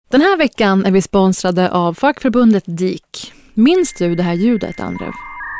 Den här veckan är vi sponsrade av fackförbundet DIK. Minns du det här ljudet, Andrev?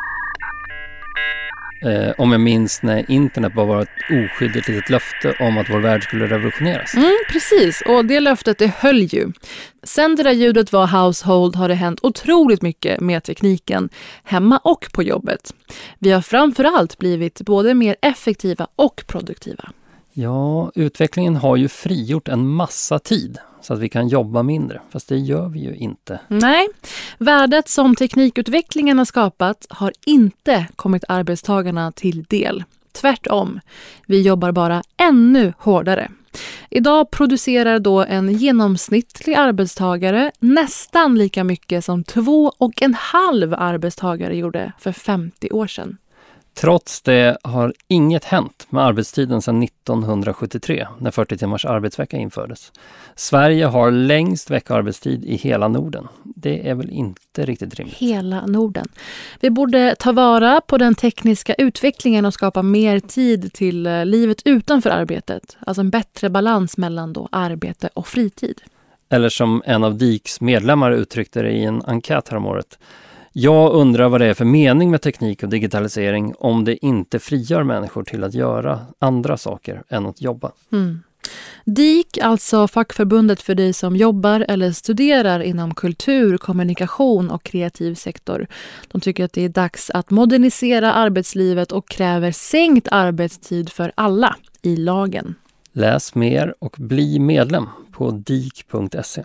Om jag minns när internet bara var ett oskyldigt litet löfte om att vår värld skulle revolutioneras. Precis, och det löftet det höll ju. Sen det där ljudet var household har det hänt otroligt mycket med tekniken hemma och på jobbet. Vi har framförallt blivit både mer effektiva och produktiva. Ja, utvecklingen har ju frigjort en massa tid så att vi kan jobba mindre. Fast det gör vi ju inte. Nej, värdet som teknikutvecklingen har skapat har inte kommit arbetstagarna till del. Tvärtom, vi jobbar bara ännu hårdare. Idag producerar då en genomsnittlig arbetstagare nästan lika mycket som 2,5 arbetstagare gjorde för 50 år sedan. Trots det har inget hänt med arbetstiden sedan 1973 när 40 timmars arbetsvecka infördes. Sverige har längst veckoarbetstid i hela Norden. Det är väl inte riktigt rimligt. Hela Norden. Vi borde ta vara på den tekniska utvecklingen och skapa mer tid till livet utanför arbetet. Alltså en bättre balans mellan då arbete och fritid. Eller som en av DIKs medlemmar uttryckte det i en enkät häromåret. Jag undrar vad det är för mening med teknik och digitalisering om det inte frigör människor till att göra andra saker än att jobba. DIK, alltså fackförbundet för dig som jobbar eller studerar inom kultur, kommunikation och kreativ sektor. De tycker att det är dags att modernisera arbetslivet och kräver sänkt arbetstid för alla i lagen. Läs mer och bli medlem på dik.se.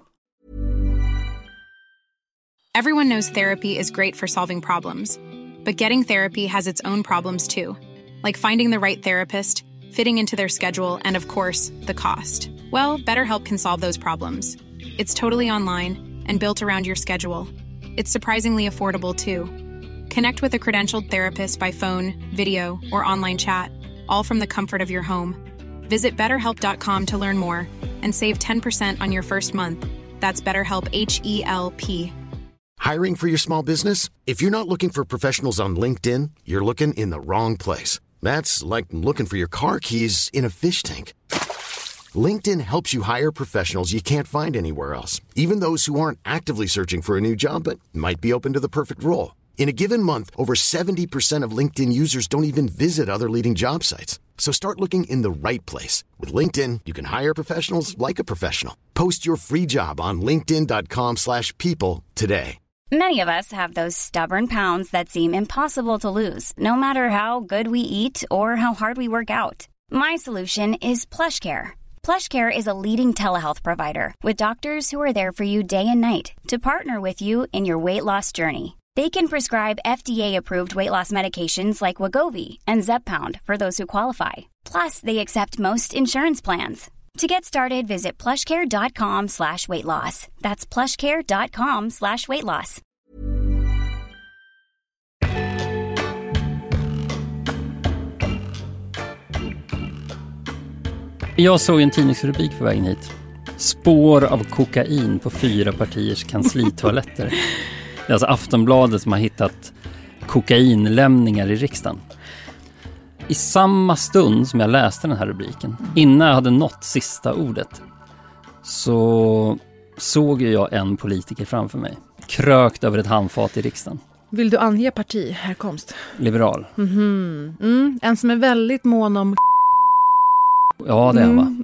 Everyone knows therapy is great for solving problems, but getting therapy has its own problems too, like finding the right therapist, fitting into their schedule, and of course, the cost. Well, BetterHelp can solve those problems. It's totally online and built around your schedule. It's surprisingly affordable too. Connect with a credentialed therapist by phone, video, or online chat, all from the comfort of your home. Visit BetterHelp.com to learn more and save 10% on your first month. That's BetterHelp, H-E-L-P. Hiring for your small business? If you're not looking for professionals on LinkedIn, you're looking in the wrong place. That's like looking for your car keys in a fish tank. LinkedIn helps you hire professionals you can't find anywhere else, even those who aren't actively searching for a new job but might be open to the perfect role. In a given month, over 70% of LinkedIn users don't even visit other leading job sites. So start looking in the right place. With LinkedIn, you can hire professionals like a professional. Post your free job on linkedin.com/people today. Many of us have those stubborn pounds that seem impossible to lose, no matter how good we eat or how hard we work out. My solution is PlushCare. PlushCare is a leading telehealth provider with doctors who are there for you day and night to partner with you in your weight loss journey. They can prescribe FDA-approved weight loss medications like Wegovy and Zepbound for those who qualify. Plus, they accept most insurance plans. To get started, visit plushcare.com/weightloss. That's plushcare.com/weightloss. Jag såg en tidningsrubrik på vägen hit. Spår av kokain på 4 partiers kanslitoaletter. Det är alltså Aftonbladet som har hittat kokainlämningar i riksdagen. I samma stund som jag läste den här rubriken, innan jag hade nått sista ordet, så såg jag en politiker framför mig, krökt över ett handfat i riksdagen. Vill du ange parti, härkomst? Liberal. En som är väldigt mån om... Ja, det är va?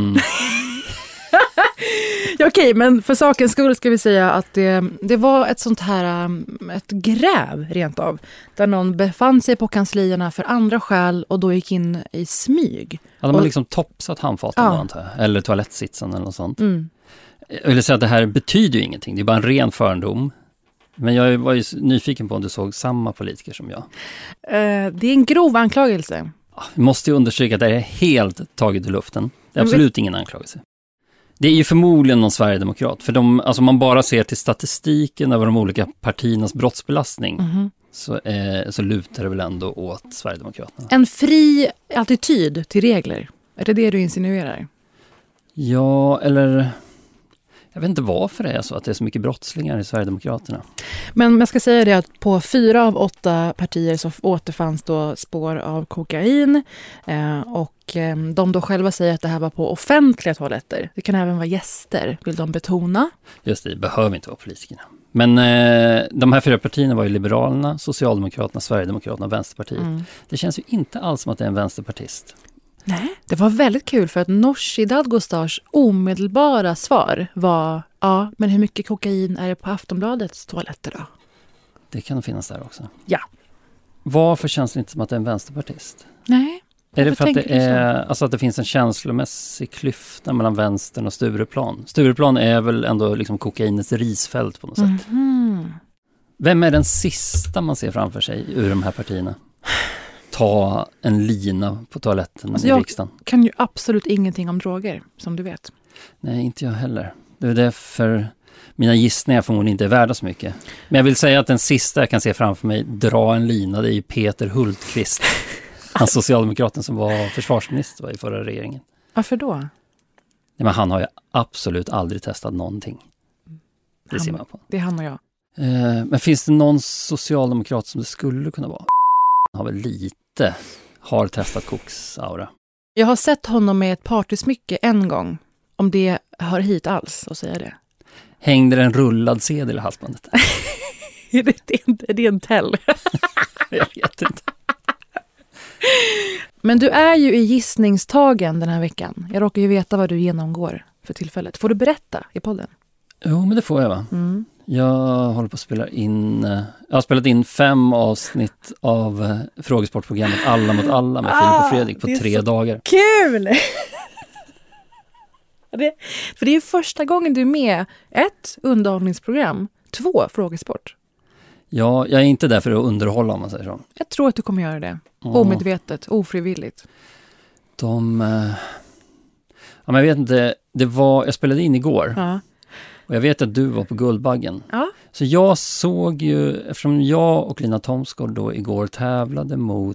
Okej, men för sakens skull ska vi säga att det var ett sånt här, ett gräv rent av, där någon befann sig på kanslierna för andra skäl och då gick in i smyg. Ja, de har liksom topsat handfaten, antar jag. Eller toalettsitsen eller något sånt. Jag vill säga att det här betyder ju ingenting, det är bara en ren förendom. Men jag var ju nyfiken på om du såg samma politiker som jag. Det är en grov anklagelse. Vi måste ju undersöka att det är helt taget ur luften. Det är absolut ingen anklagelse. Det är ju förmodligen någon sverigedemokrat. För alltså man bara ser till statistiken över de olika partiernas brottsbelastning. Så lutar det väl ändå åt Sverigedemokraterna. En fri attityd till regler. Är det du insinuerar? Ja, eller... Jag vet inte varför det är så att det är så mycket brottslingar i Sverigedemokraterna. Men jag ska säga det att på 4 av 8 partier så återfanns då spår av kokain. Och de då själva säger att det här var på offentliga toaletter. Det kan även vara gäster, vill de betona. Just det behöver inte vara politikerna. Men de här 4 partierna var ju Liberalerna, Socialdemokraterna, Sverigedemokraterna och Vänsterpartiet. Det känns ju inte alls som att det är en vänsterpartist. Nej, det var väldigt kul för att Nooshi Dadgostars omedelbara svar var ja, men hur mycket kokain är det på Aftonbladets toaletter då? Det kan nog finnas där också. Ja. Varför känns det inte som att det är en vänsterpartist? Nej. Är det för att det är, alltså att det finns en känslomässig klyfta mellan vänstern och Stureplan? Stureplan är väl ändå liksom kokainets risfält på något sätt. Vem är den sista man ser framför sig ur de här partierna? Ta en lina på toaletten i riksdagen. Jag kan ju absolut ingenting om droger, som du vet. Nej, inte jag heller. Det är därför mina gissningar förmodligen inte är värda så mycket. Men jag vill säga att den sista jag kan se framför mig dra en lina, det är ju Peter Hultqvist. Han socialdemokraten som var försvarsminister i förra regeringen. Varför då? Nej, men han har ju absolut aldrig testat någonting. Det ser man på. Det är han och jag. Men finns det någon socialdemokrat som det skulle kunna vara? Han har väl har testat koksaura. Jag har sett honom med ett partysmycke en gång. Om det hör hit alls att säga det. Hängde det en rullad sedel i halsbandet? är det en tell? Jag vet inte. Men du är ju i gissningstagen den här veckan. Jag råkar ju veta vad du genomgår för tillfället. Får du berätta i podden? Jo, men det får jag va? Jag håller på att spela in... Jag har spelat in 5 avsnitt av frågesportprogrammet Alla mot alla med Filip och Fredrik på 3 dagar. Kul! För det är ju första gången du är med 1. Underhållningsprogram, 2. frågesport. Ja, jag är inte där för att underhålla om man säger så. Jag tror att du kommer göra det. Omedvetet, ofrivilligt. Ja, men jag vet inte. Jag spelade in igår. Ja. Och jag vet att du var på Guldbaggen. Ja. Så jag såg ju, eftersom jag och Lina Thomsgård då igår tävlade mot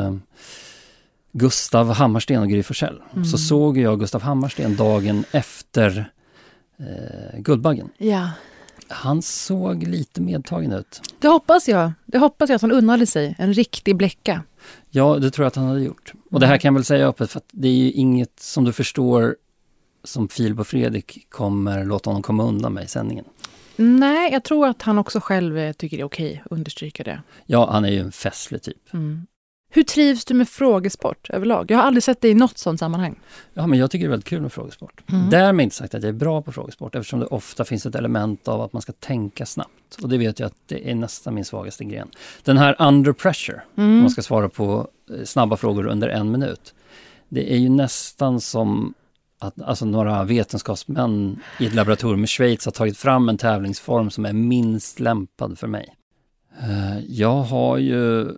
Gustav Hammarsten och Gry Forssell. Så såg jag Gustav Hammarsten dagen efter Guldbaggen. Ja. Han såg lite medtagen ut. Det hoppas jag. Det hoppas jag att han unnade sig. En riktig bläcka. Ja, det tror jag att han hade gjort. Och det här kan jag väl säga öppet för att det är ju inget som du förstår som Filip och Fredrik kommer låta honom komma undan med i sändningen. Nej, jag tror att han också själv tycker det är okej att understryka det. Ja, han är ju en festlig typ. Hur trivs du med frågesport överlag? Jag har aldrig sett dig i något sånt sammanhang. Ja, men jag tycker det är väldigt kul med frågesport. Därmed inte sagt att jag är bra på frågesport eftersom det ofta finns ett element av att man ska tänka snabbt. Och det vet jag att det är nästan min svagaste gren. Den här under pressure, om man ska svara på snabba frågor under 1 minut. Det är ju nästan som att alltså, några vetenskapsmän i ett laboratorium i Schweiz har tagit fram en tävlingsform som är minst lämpad för mig. Jag har ju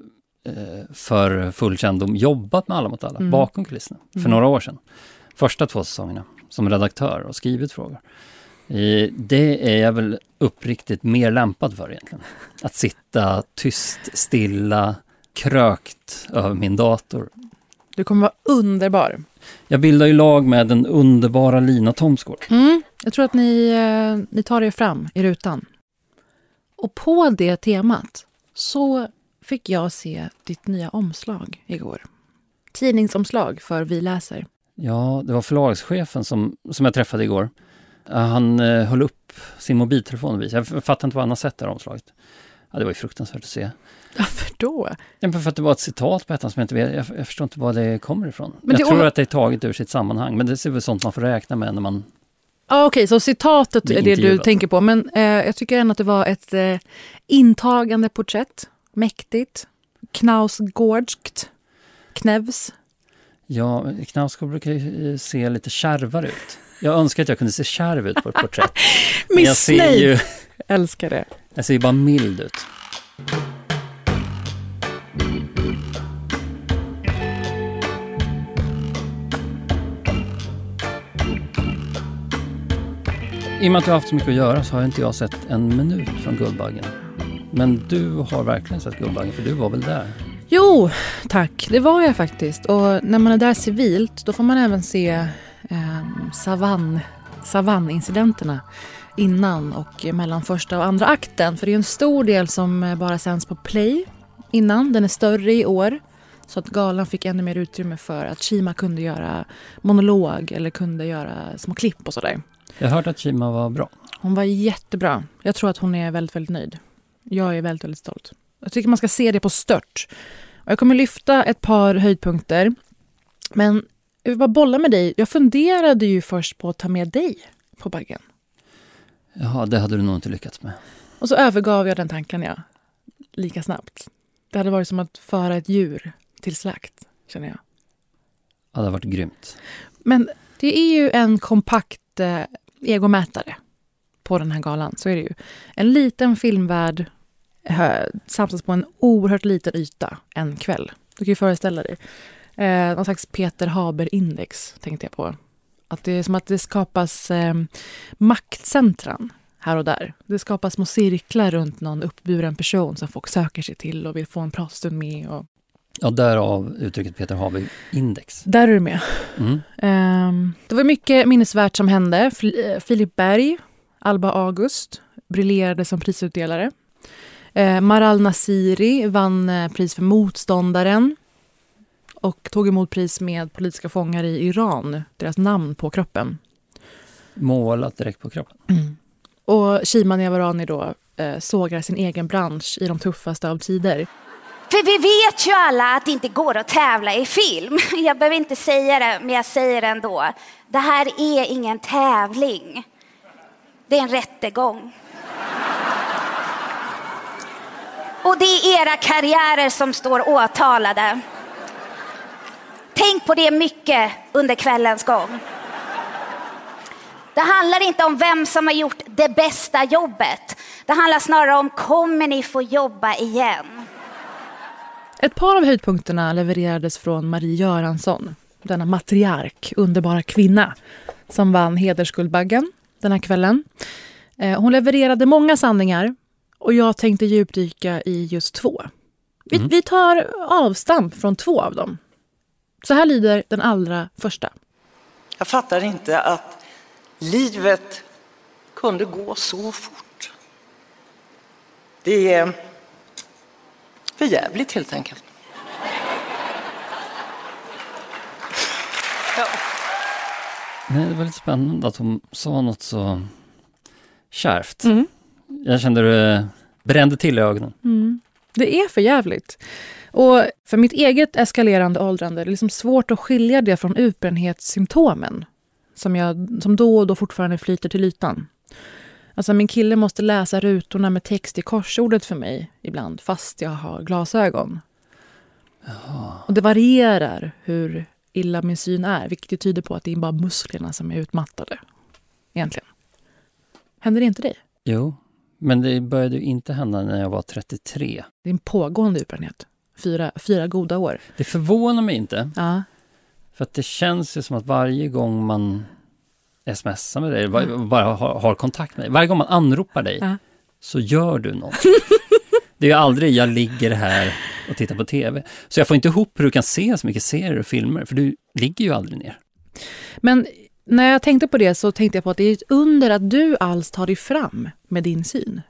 för full kännedom jobbat med Alla mot alla bakom kulisserna för några år sedan. Första 2 säsongerna som redaktör och skrivit frågor. Det är jag väl uppriktigt mer lämpad för egentligen. Att sitta tyst, stilla, krökt över min dator. Du kommer vara underbar. Jag bildar ju lag med den underbara Lina Thomsgård. Jag tror att ni tar er fram i rutan. Och på det temat så fick jag se ditt nya omslag igår. Tidningsomslag för Vi läser. Ja, det var förlagschefen som jag träffade igår. Han höll upp sin mobiltelefon och visade. Jag fattar inte vad han har sett där omslaget. Ja, det var ju fruktansvärt att se. Varför då? Ja, för att det var ett citat på ett som jag inte vet. Jag förstår inte vad det kommer ifrån. Men jag tror att det är taget ur sitt sammanhang. Men det är väl sånt man får räkna med när man... Okej, så citatet är det du tänker på. Men jag tycker ändå att det var ett intagande porträtt. Mäktigt. Knausgårdskt. Knävs. Ja, Knausgård brukar ju se lite kärvare ut. Jag önskar att jag kunde se kärv ut på ett porträtt. Men jag ser ju... Älskar det. Jag ser ju bara mild ut. I och med att jag har haft så mycket att göra så har inte jag sett en minut från Guldbaggen. Men du har verkligen sett Guldbaggen, för du var väl där? Jo, tack. Det var jag faktiskt. Och när man är där civilt, då får man även se savannincidenterna innan och mellan första och andra akten. För det är en stor del som bara sänds på Play innan. Den är större i år. Så att galan fick ännu mer utrymme för att Kima kunde göra monolog eller kunde göra små klipp och sådär. Jag har hört att Kima var bra. Hon var jättebra. Jag tror att hon är väldigt, väldigt nöjd. Jag är väldigt, väldigt stolt. Jag tycker man ska se det på stört. Och jag kommer lyfta ett par höjdpunkter. Men jag vill bara bolla med dig. Jag funderade ju först på att ta med dig på baggen. Jaha, det hade du nog inte lyckats med. Och så övergav jag den tanken, lika snabbt. Det hade varit som att föra ett djur till slakt, känner jag. Ja, det hade varit grymt. Men det är ju en kompakt egomätare på den här galan. Så är det ju. En liten filmvärld samsas på en oerhört liten yta en kväll. Du kan ju föreställa dig. Någon slags Peter Haber-index tänkte jag på. Att det är som att det skapas maktcentran här och där. Det skapas små cirklar runt någon uppburen person som folk söker sig till och vill få en pratstund med. Och... Ja, därav uttrycket Peter Haber-index. Där är du med. Det var mycket minnesvärt som hände. Filip Berg, Alba August, briljerade som prisutdelare. Maral Nasiri vann pris för Motståndaren och tog emot pris med politiska fångar i Iran, deras namn på kroppen. Målat direkt på kroppen. Och Shima Niavarani då sågar sin egen bransch i de tuffaste av tider. För vi vet ju alla att det inte går att tävla i film. Jag behöver inte säga det, men jag säger det ändå. Det här är ingen tävling. Det är en rättegång. Och det är era karriärer som står åtalade. Tänk på det mycket under kvällens gång. Det handlar inte om vem som har gjort det bästa jobbet. Det handlar snarare om, kommer ni få jobba igen? Ett par av höjdpunkterna levererades från Marie Göransson, denna matriark, underbara kvinna, som vann Hedersguldbaggen den här kvällen. Hon levererade många sanningar och jag tänkte djupdyka i just 2. Vi tar avstamp från 2 av dem. Så här lyder den allra första. Jag fattar inte att livet kunde gå så fort. Det är för jävligt helt enkelt. Ja. Nej, det var lite spännande att hon sa något så kärvt. Jag kände det brände till i ögonen. Det är för jävligt. Och för mitt eget eskalerande åldrande är det liksom svårt att skilja det från utbrändhetssymptomen som då och då fortfarande flyter till ytan. Alltså min kille måste läsa rutorna med text i korsordet för mig ibland, fast jag har glasögon. Jaha. Och det varierar hur illa min syn är, vilket tyder på att det är bara musklerna som är utmattade. Egentligen. Händer det inte dig? Jo, men det började ju inte hända när jag var 33. Det är en pågående utbrändhet. 4 goda år. Det förvånar mig inte. Ja. För att det känns ju som att varje gång man smsar med dig, bara har kontakt med dig, varje gång man anropar dig, så gör du något. Det är ju aldrig jag ligger här och tittar på tv. Så jag får inte ihop hur du kan se så mycket serier och filmer, för du ligger ju aldrig ner. Men när jag tänkte på det så tänkte jag på att det är ett under att du alls tar dig fram med din syn.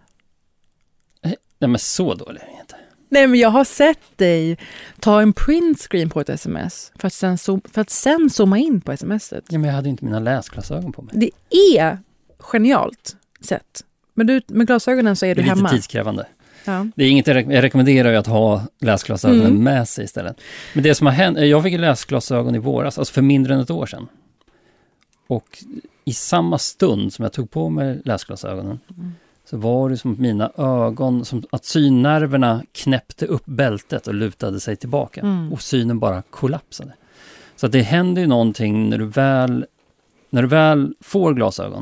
Nej, men så dåligt är det inte. Nej, men jag har sett dig ta en printscreen på ett sms för att sen zooma in på smset. Ja, men jag hade inte mina läsglasögon på mig. Det är genialt sett. Men du, med glasögonen så är du hemma. Det är lite tidskrävande. Ja. Det är inget jag rekommenderar ju att ha läsglasögonen med sig istället. Men det som har hänt, jag fick läsglasögon i våras, alltså för mindre än ett år sedan. Och i samma stund som jag tog på mig läsglasögonen så var det som att mina ögon, som att synnerverna knäppte upp bältet och lutade sig tillbaka. Och synen bara kollapsade. Så att det händer ju någonting när du väl får glasögon.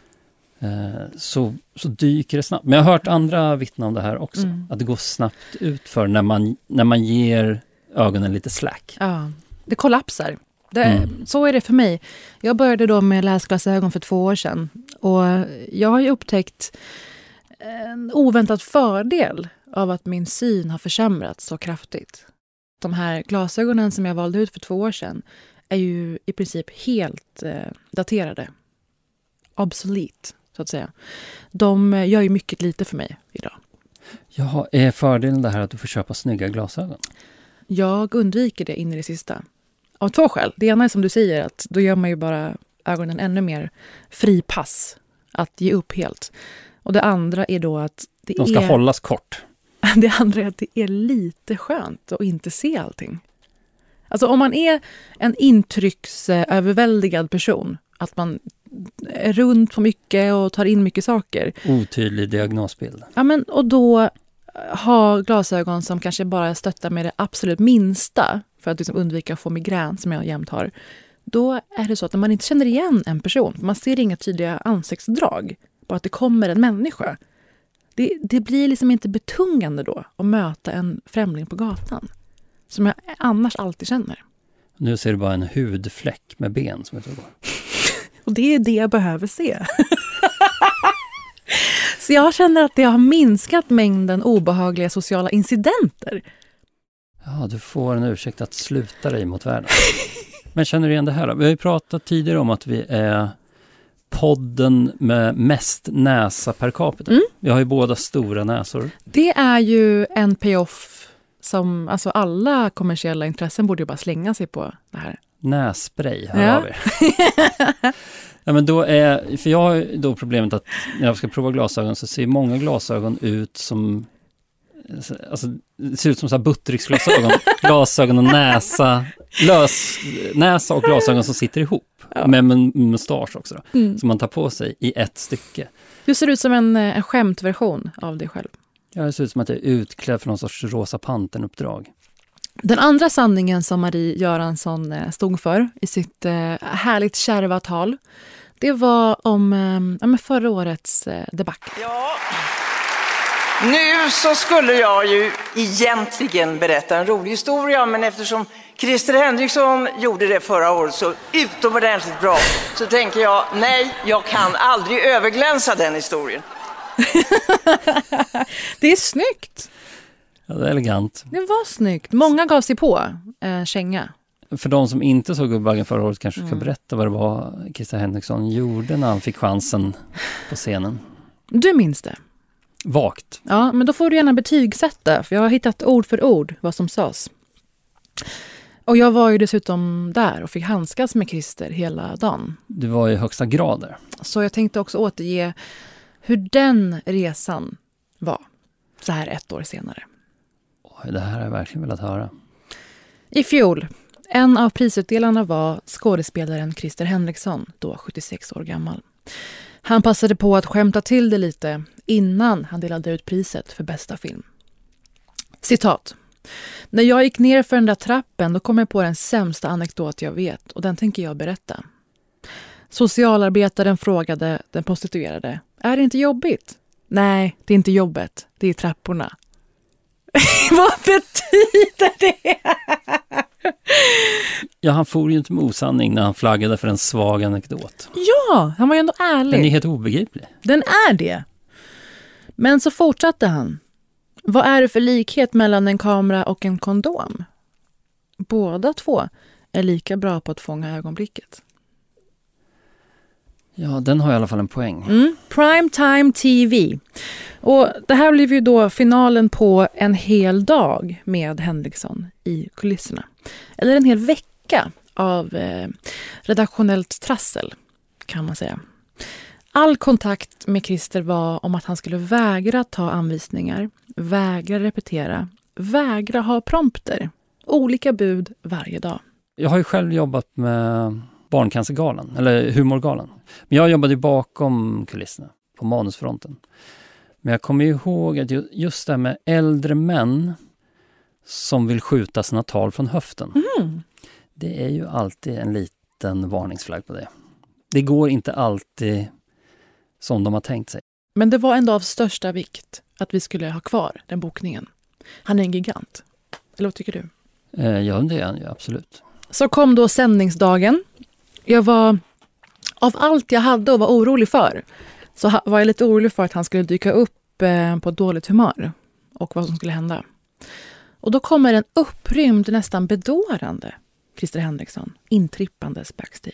Så dyker det snabbt. Men jag har hört andra vittna om det här också. Att det går snabbt ut för när man ger ögonen lite slack. Ja, det kollapsar. Så är det för mig. Jag började då med läsglasögon för 2 år sedan. Och jag har ju upptäckt en oväntad fördel av att min syn har försämrats så kraftigt. De här glasögonen som jag valde ut för 2 år sedan är ju i princip helt daterade. Obsolete. så att säga. De gör ju mycket lite för mig idag. Jaha, är fördelen det här att du får köpa snygga glasögon? Jag undviker det in i det sista. Av 2 skäl. Det ena är som du säger, att då gör man ju bara ögonen ännu mer fripass att ge upp helt. Och det andra är då att de ska hållas kort. Det andra är att det är lite skönt att inte se allting. Alltså om man är en intrycksöverväldigad person, att man är runt på mycket och tar in mycket saker. Otydlig diagnosbild. Ja, men och då ha glasögon som kanske bara stöttar med det absolut minsta för att liksom undvika att få migrän som jag jämt har. Då är det så att när man inte känner igen en person, man ser inga tydliga ansiktsdrag, bara att det kommer en människa. Det blir liksom inte betungande då att möta en främling på gatan som jag annars alltid känner. Nu ser du bara en hudfläck med ben som jag tror. Och det är det jag behöver se. Så jag känner att det har minskat mängden obehagliga sociala incidenter. Ja, du får en ursäkt att sluta dig mot världen. Men känner du igen det här då? Vi har ju pratat tidigare om att vi är podden med mest näsa per capita. Vi har ju båda stora näsor. Det är ju en payoff som, alltså alla kommersiella intressen borde ju bara slänga sig på det här. Nässpray, hör av er. Ja, men då är, för jag har ju då problemet att när jag ska prova glasögon så ser många glasögon ut som, alltså det ser ut som så här buttricksglasögon. Glasögon och näsa, näsa och glasögon som sitter ihop. Ja. Med mustasch också då, som man tar på sig i ett stycke. Du ser ut som en skämtversion av dig själv. Ja, det ser ut som att jag är utklädd för någon sorts Rosa Pantern-uppdrag. Den andra sanningen som Marie Göransson stod för i sitt härligt kärva tal, det var om förra årets debacle. Ja, nu så skulle jag ju egentligen berätta en rolig historia, men eftersom Christer Henriksson gjorde det förra året så utomordentligt bra, så tänker jag, nej, jag kan aldrig överglänsa den historien. Det är snyggt. Ja, det är elegant. Det var snyggt. Många gav sig på känga. För de som inte såg Guldbaggen förra året kanske ska berätta vad det var Christer Henriksson gjorde när han fick chansen på scenen. Du minns det? Vagt. Ja, men då får du gärna betygsätta, för jag har hittat ord för ord vad som sades. Och jag var ju dessutom där och fick handskas med Christer hela dagen. Du var i högsta grad där. Så jag tänkte också återge hur den resan var så här 1 år senare. Oj, det här har jag verkligen velat höra. I fjol, en av prisutdelarna var skådespelaren Christer Henriksson, då 76 år gammal. Han passade på att skämta till det lite innan han delade ut priset för bästa film. Citat. När jag gick ner för den där trappen då kom jag på den sämsta anekdot jag vet och den tänker jag berätta. Socialarbetaren frågade den prostituerade, är det inte jobbigt? Nej, det är inte jobbet, det är trapporna. Vad betyder det? Ja, han for ju inte med osanning när han flaggade för en svag anekdot. Ja, han var ju ändå ärlig. Den är helt obegriplig. Den är det. Men så fortsatte han. Vad är det för likhet mellan en kamera och en kondom? Båda två är lika bra på att fånga ögonblicket. Ja, den har i alla fall en poäng. Primetime TV. Och det här blev ju då finalen på en hel dag med Henriksson i kulisserna. Eller en hel vecka av redaktionellt trassel, kan man säga. All kontakt med Christer var om att han skulle vägra ta anvisningar, vägra repetera, vägra ha prompter. Olika bud varje dag. Jag har ju själv jobbat med Barncancergalan, eller Humorgalan. Men jag jobbade bakom kulisserna, på manusfronten. Men jag kommer ihåg att just det här med äldre män som vill skjuta sina tal från höften. Det är ju alltid en liten varningsflagg på det. Det går inte alltid som de har tänkt sig. Men det var ändå av största vikt att vi skulle ha kvar den bokningen. Han är en gigant. Eller vad tycker du? Ja, det är han ju, absolut. Så kom då sändningsdagen. Jag var, av allt jag hade och var orolig för, så var jag lite orolig för att han skulle dyka upp på ett dåligt humör och vad som skulle hända. Och då kommer en upprymd, nästan bedårande Christer Henriksson intrippandes backstage.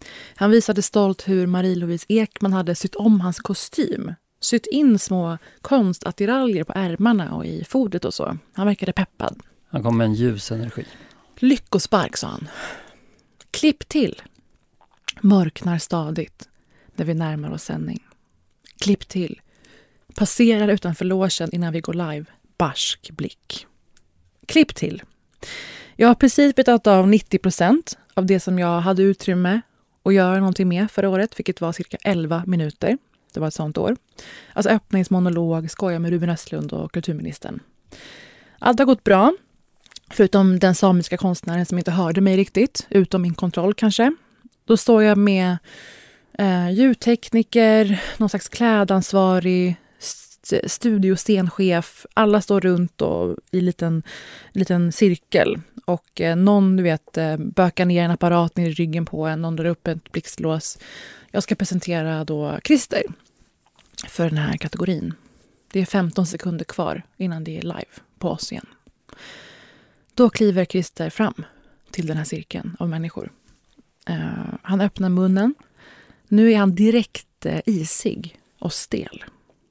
Han visade stolt hur Marie-Louise Ekman hade sytt om hans kostym. Sytt in små konstattiraljer på ärmarna och i fodret och så. Han verkade peppad. Han kom med en ljus energi. Lyckospark, sa han. Klipp till. Mörknar stadigt när vi närmar oss sändning. Klipp till. Passerar utanför logen innan vi går live. Barsk blick. Klipp till. Jag har precis betat av 90% av det som jag hade utrymme att göra någonting med förra året, vilket var cirka 11 minuter. Det var ett sånt år. Alltså öppningsmonolog, skoja med Ruben Östlund och kulturministern. Allt har gått bra, förutom den samiska konstnären som inte hörde mig riktigt, utom min kontroll kanske. Då står jag med ljudtekniker, någon slags klädansvarig, studioscenchef. Alla står runt och i liten cirkel. Och någon, bökar ner en apparat ner i ryggen på en. Någon drar upp ett blixtlås. Jag ska presentera då Christer för den här kategorin. Det är 15 sekunder kvar innan det är live på oss igen. Då kliver Christer fram till den här cirkeln av människor. Han öppnar munnen. Nu är han direkt isig och stel.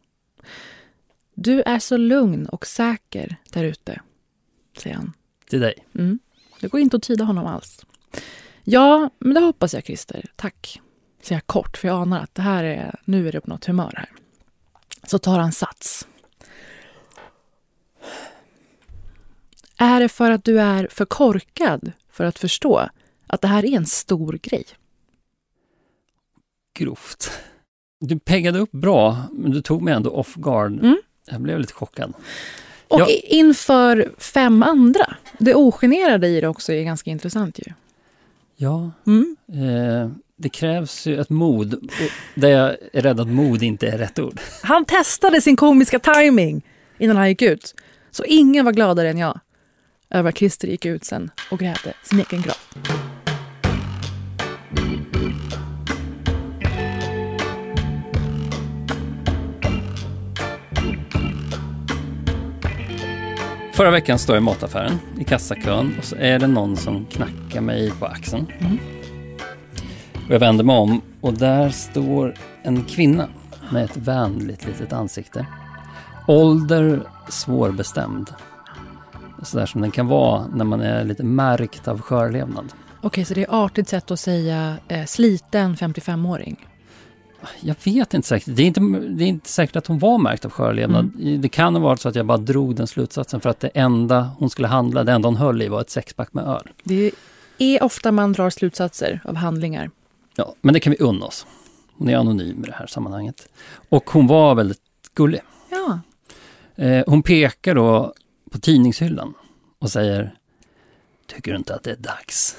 Du är så lugn och säker där ute, säger han. Till dig. Det går inte att tyda honom alls. Ja, men det hoppas jag, Christer. Tack. Säger jag kort, för jag anar att nu är det på något humör här. Så tar han sats. Är det för att du är för korkad för att förstå att det här är en stor grej? Grovt. Du peggade upp bra, men du tog mig ändå off guard. Jag blev lite chockad. Och inför 5 andra. Det ogenerade i det också är ganska intressant ju. Ja, det krävs ju ett mod. Där jag är rädd att mod inte är rätt ord. Han testade sin komiska timing innan han gick ut. Så ingen var gladare än jag över att Christer gick ut sen och grävde sin egen grav. Förra veckan står jag i mataffären i kassakön och så är det någon som knackar mig på axeln. Och jag vänder mig om och där står en kvinna med ett vänligt litet ansikte. Ålder svårbestämd. Sådär som den kan vara när man är lite märkt av skörlevnad. Okej, så det är artigt sätt att säga sliten 55-åring. Jag vet inte säkert. Det är inte säkert att hon var märkt av skörlevnad. Det kan ha varit så att jag bara drog den slutsatsen för att det enda hon skulle handla, det enda hon höll i var ett 6-pack med öl. Det är ofta man drar slutsatser av handlingar. Ja, men det kan vi unna oss. Hon är anonym i det här sammanhanget. Och hon var väldigt gullig. Ja. Hon pekar då på tidningshyllan och säger: tycker du inte att det är dags?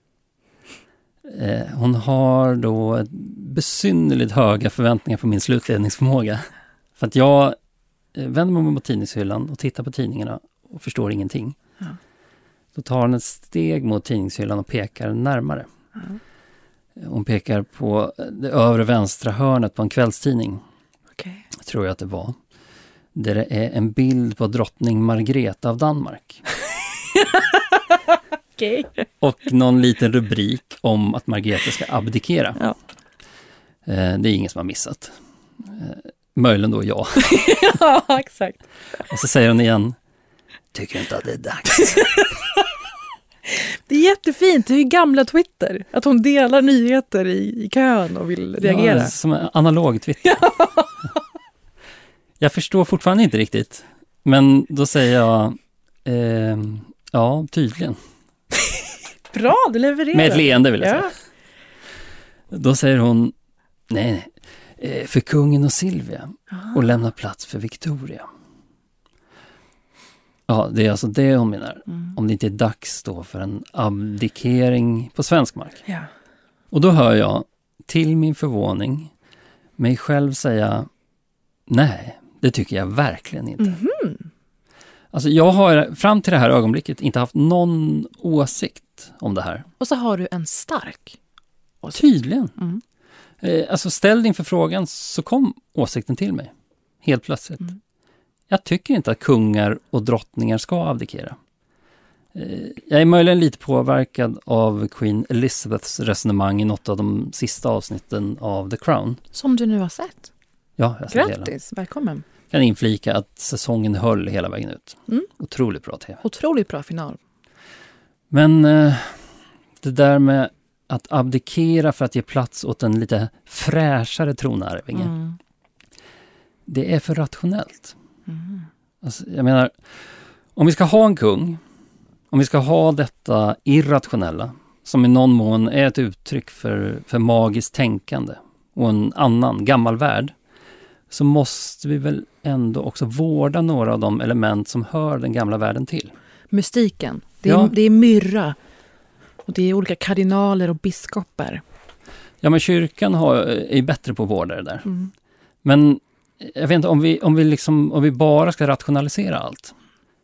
Hon har då besynnerligt höga förväntningar på min slutledningsförmåga. För att jag vänder mig mot tidningshyllan och tittar på tidningarna och förstår ingenting. Ja. Då tar hon ett steg mot tidningshyllan och pekar närmare. Ja. Hon pekar på det övre vänstra hörnet på en kvällstidning. Okay. Tror jag att det var. Där det är en bild på drottning Margrethe av Danmark. Okay. Och någon liten rubrik om att Margrethe ska abdikera. Ja. Det är ingen som har missat. Möjligen då jag. Ja, exakt. Och så säger hon igen: tycker inte att det är dags. Det är jättefint, det är ju gamla Twitter. Att hon delar nyheter i kön och vill reagera. Ja, som en analog Twitter. Jag förstår fortfarande inte riktigt. Men då säger jag: ja, tydligen. Bra, du levererar. Med ett leende vill jag säga. Då säger hon: nej, för kungen och Silvia. Och lämna plats för Victoria. Ja, det är alltså det hon menar. Om det inte är dags då för en abdikering på svensk mark. Ja. Och då hör jag, till min förvåning, mig själv säga: nej, det tycker jag verkligen inte. Alltså jag har fram till det här ögonblicket inte haft någon åsikt om det här. Och så har du en stark åsikt. Tydligen. Alltså ställd inför frågan så kom åsikten till mig. Helt plötsligt. Jag tycker inte att kungar och drottningar ska abdikera. Jag är möjligen lite påverkad av Queen Elizabeths resonemang i något av de sista avsnitten av The Crown. Som du nu har sett. Ja, jag ser Grattis, välkommen. Jag kan inflika att säsongen höll hela vägen ut. Otroligt bra tv. Otroligt bra final. Men det där med att abdikera för att ge plats åt en lite fräschare tronarvinge. Det är för rationellt. Alltså, jag menar, om vi ska ha en kung, om vi ska ha detta irrationella som i någon mån är ett uttryck för magiskt tänkande och en annan gammal värld, så måste vi väl ändå också vårda några av de element som hör den gamla världen till. Mystiken. Det är myrra. Och det är olika kardinaler och biskopar. Ja, men kyrkan är bättre på att vårda det där. Men jag vet inte, om vi bara ska rationalisera allt,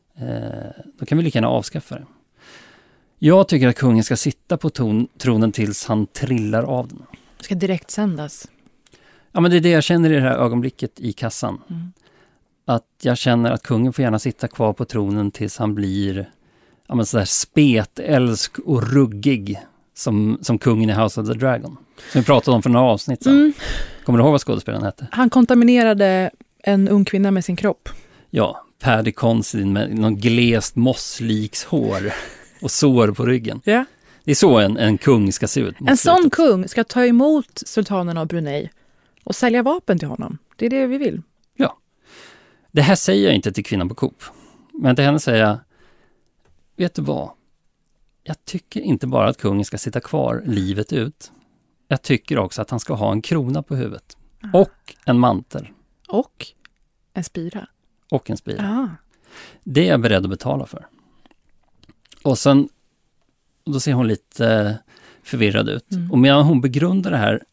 då kan vi lika gärna avskaffa det. Jag tycker att kungen ska sitta på tronen tills han trillar av den. Det ska direkt sändas. Ja, men det är det jag känner i det här ögonblicket i kassan. Att jag känner att kungen får gärna sitta kvar på tronen tills han blir sådär spetälsk och ruggig som kungen i House of the Dragon. Som vi pratade om för några avsnitt sedan. Kommer du ihåg vad skådespelaren hette? Han kontaminerade en ung kvinna med sin kropp. Ja, Paddy Considine med någon glest mossliks hår och sår på ryggen. Ja. Det är så en kung ska se ut. En sån kung ska ta emot sultanen av Brunei och sälja vapen till honom. Det är det vi vill. Ja. Det här säger jag inte till kvinnan på Coop. Men till henne säger jag, vet du vad? Jag tycker inte bara att kungen ska sitta kvar livet ut. Jag tycker också att han ska ha en krona på huvudet. Och en mantel. Och en spira. Och en spira. Det är jag beredd att betala för. Och sen, då ser hon lite förvirrad ut. Och medan hon begrundar det här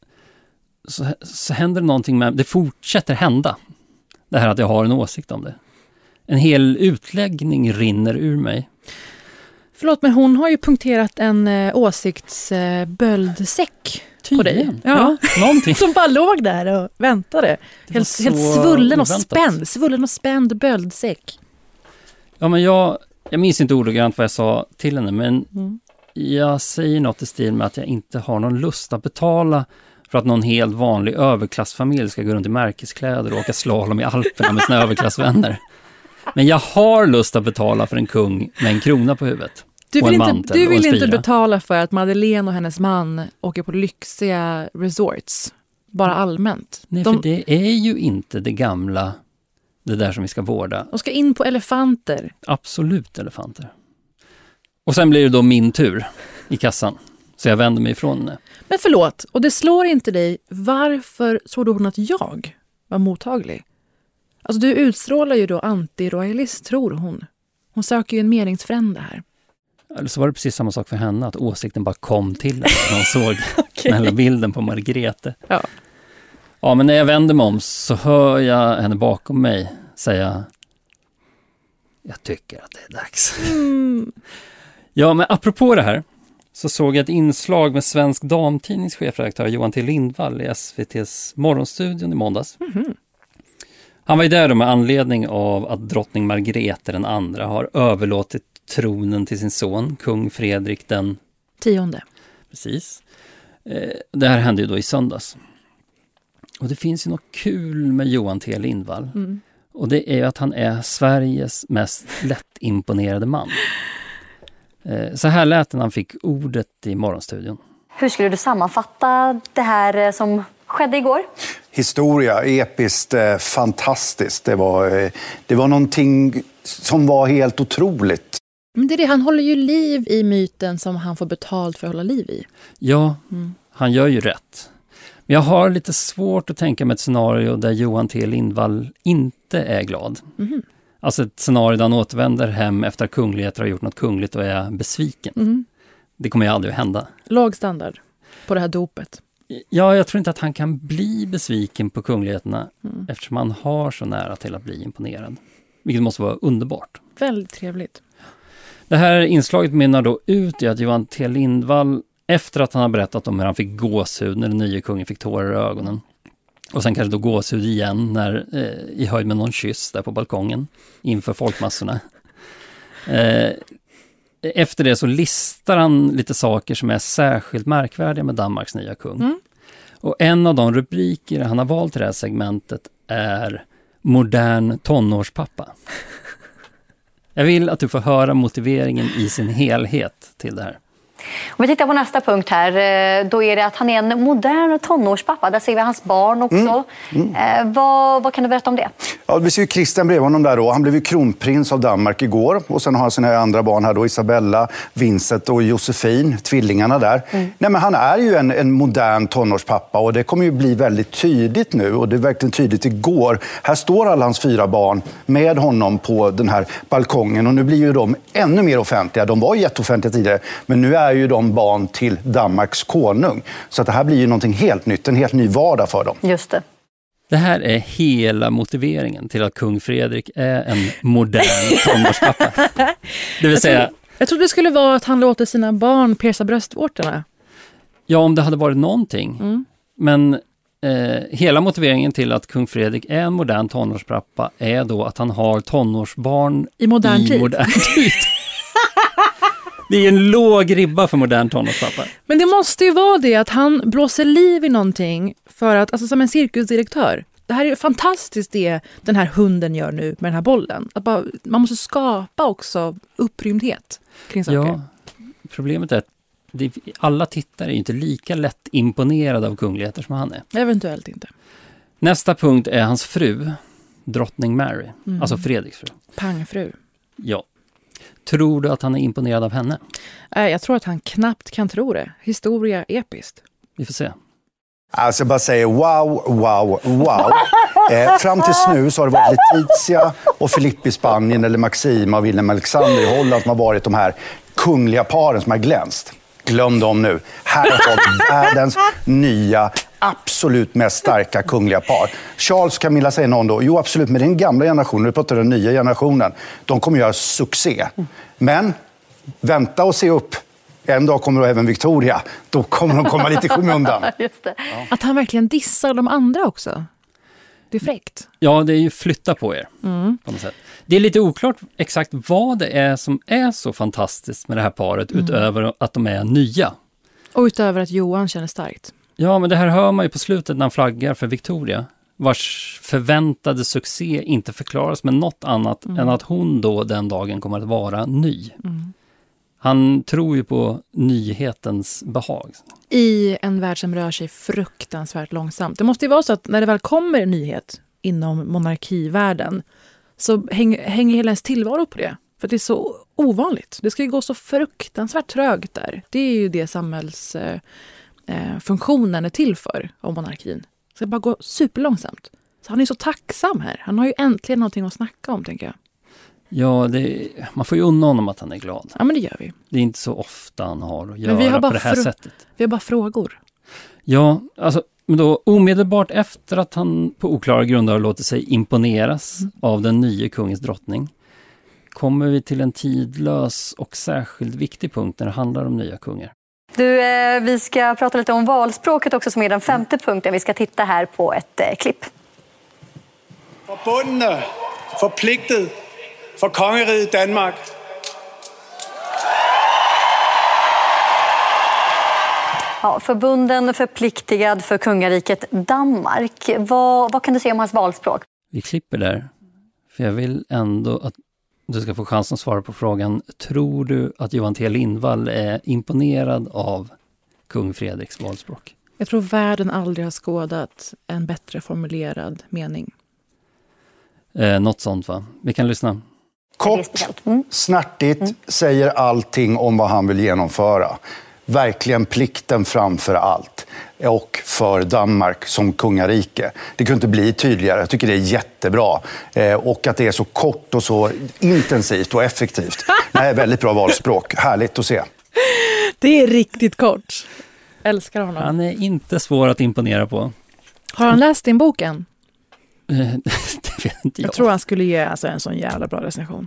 så händer det någonting med, det fortsätter hända. Det här att jag har en åsikt om det. En hel utläggning rinner ur mig. Förlåt, men hon har ju punkterat en åsiktsböldsäck på dig. Ja, någonting. Som bara låg där och väntade. Helt svullen och spänd böldsäck. Ja, men jag minns inte ordagrant vad jag sa till henne, men jag säger något i stil med att jag inte har någon lust att betala för att någon helt vanlig överklassfamilj ska gå runt i märkeskläder och åka slalom i Alperna med sina överklassvänner. Men jag har lust att betala för en kung med en krona på huvudet. Du vill inte betala för att Madeleine och hennes man åker på lyxiga resorts. Bara allmänt. Nej, för det är ju inte det gamla, det där som vi ska vårda. De ska in på elefanter. Absolut elefanter. Och sen blir det då min tur i kassan. Så jag vänder mig ifrån henne. Men förlåt, och det slår inte dig. Varför trodde hon att jag var mottaglig? Alltså du utstrålar ju då anti-royalist, tror hon. Hon söker ju en meningsfrände här. Eller så var det precis samma sak för henne, att åsikten bara kom till henne när hon såg den här bilden på Margrethe. Ja, men när jag vänder mig om så hör jag henne bakom mig säga, jag tycker att det är dags. Ja, men apropå det här så såg jag ett inslag med Svensk Damtidnings chefredaktör Johan T. Lindvall i SVT:s Morgonstudion i måndags. Han var ju där med anledning av att drottning Margrethe den andra har överlåtit tronen till sin son, kung Fredrik den 10. Precis. Det här hände ju då i söndags. Och det finns ju något kul med Johan T. Lindvall. Och det är ju att han är Sveriges mest lättimponerade man. Så här lät när han fick ordet i Morgonstudion. Hur skulle du sammanfatta det här som skedde igår? Historia, episkt, fantastiskt. Det var någonting som var helt otroligt. Men det är det, han håller ju liv i myten som han får betalt för att hålla liv i. Ja, han gör ju rätt. Men jag har lite svårt att tänka mig ett scenario där Johan T. Lindvall inte är glad. Alltså ett scenario där han återvänder hem efter att kungligheter har gjort något kungligt och är besviken. Det kommer ju aldrig att hända. Låg standard på det här dopet. Ja, jag tror inte att han kan bli besviken på kungligheterna eftersom han har så nära till att bli imponerad. Vilket måste vara underbart. Väldigt trevligt. Det här inslaget mynnar då ut i att Johan T. Lindvall, efter att han har berättat om hur han fick gåshud när den nya kungen fick tårar i ögonen, och sen kanske då gåshud igen när, i höjd med någon kyss där på balkongen inför folkmassorna. Efter det så listar han lite saker som är särskilt märkvärdiga med Danmarks nya kung. Och en av de rubriker han har valt till det här segmentet är modern tonårspappa. Jag vill att du får höra motiveringen i sin helhet till det här. Om vi tittar på nästa punkt här, då är det att han är en modern tonårspappa. Där ser vi hans barn också. Vad kan du berätta om det? Ja, vi ser ju Christian bredvid honom där då. Han blev ju kronprins av Danmark igår. Och sen har han sina andra barn här då, Isabella, Vincent och Josefin, tvillingarna där. Nej, men han är ju en modern tonårspappa och det kommer ju bli väldigt tydligt nu. Och det är verkligen tydligt igår. Här står alla hans 4 barn med honom på den här balkongen. Och nu blir ju de ännu mer offentliga. De var jätteoffentliga tidigare, men nu är ju de barn till Danmarks konung. Så att det här blir ju någonting helt nytt, en helt ny vardag för dem. Just det. Det här är hela motiveringen till att kung Fredrik är en modern tonårspappa. Det vill säga... Jag trodde det skulle vara att han låter sina barn pierca bröstvårtorna. Ja, om det hade varit någonting. Men hela motiveringen till att kung Fredrik är en modern tonårspappa är då att han har tonårsbarn i modern tid. Det är en låg ribba för modern tonårspappa. Men det måste ju vara det att han blåser liv i någonting för att, alltså som en cirkusdirektör. Det här är ju fantastiskt det den här hunden gör nu med den här bollen. Att man måste skapa också upprymdhet kring saker. Ja, problemet är att alla tittare är inte lika lätt imponerade av kungligheter som han är. Eventuellt inte. Nästa punkt är hans fru, drottning Mary. Alltså Fredriks fru. Pangfru. Ja. Tror du att han är imponerad av henne? Jag tror att han knappt kan tro det. Historia episkt. Vi får se. Alltså jag bara säger wow. Fram tills nu så har det varit Letizia och Filippa i Spanien eller Maxima och Willem Alexander i Holland som har varit de här kungliga paren som har glänst. Glöm dem nu. Här har vi världens nya, absolut mest starka kungliga par. Charles och Camilla säger någon då. Jo, absolut, med den gamla generationen, vi pratar den nya generationen. De kommer göra succé. Men vänta och se upp. En dag kommer då även Victoria. Då kommer de komma lite i skymundan. Just det. Ja. Att han verkligen dissar de andra också. Det är fräckt. Ja, det är ju flytta på er. På något sätt. Det är lite oklart exakt vad det är som är så fantastiskt med det här paret utöver att de är nya. Och utöver att Johan känner starkt. Ja, men det här hör man ju på slutet när han flaggar för Victoria. Vars förväntade succé inte förklaras med något annat än att hon då den dagen kommer att vara ny. Han tror ju på nyhetens behag. I en värld som rör sig fruktansvärt långsamt. Det måste ju vara så att när det väl kommer en nyhet inom monarkivärlden så hänger hela ens tillvaro på det. För det är så ovanligt. Det ska ju gå så fruktansvärt trögt där. Det är ju det samhällsfunktionen är till för om monarkin. Det ska bara gå superlångsamt. Så han är så tacksam här. Han har ju äntligen någonting att snacka om, tänker jag. Ja, man får ju unna honom att han är glad. Ja, men det gör vi. Det är inte så ofta han har att göra på det här sättet. Vi har bara frågor. Ja, alltså, men då omedelbart efter att han på oklara grunder har låtit sig imponeras av den nya kungens drottning kommer vi till en tidlös och särskilt viktig punkt när det handlar om nya kungar. Du, vi ska prata lite om valspråket också som är den 5:e punkten. Vi ska titta här på ett klipp. Förbundne, förpliktet för kongeriget Danmark. Ja, förbunden förpliktigad för kungariket Danmark. Vad kan du säga om hans valspråk? Vi klipper där, för jag vill ändå att du ska få chansen att svara på frågan. Tror du att Johan T. Lindvall är imponerad av kung Fredriks valspråk? Jag tror världen aldrig har skådat en bättre formulerad mening. Något sånt, va? Vi kan lyssna. Kort, snärtigt, säger allting om vad han vill genomföra. Verkligen plikten framför allt. Och för Danmark som kungarike. Det kunde inte bli tydligare. Jag tycker det är jättebra. Och att det är så kort och så intensivt och effektivt. Nej, väldigt bra valspråk. Härligt att se. Det är riktigt kort. Älskar honom. Han är inte svår att imponera på. Har han läst din boken? Det vet inte jag. Jag tror han skulle ge en sån jävla bra recension.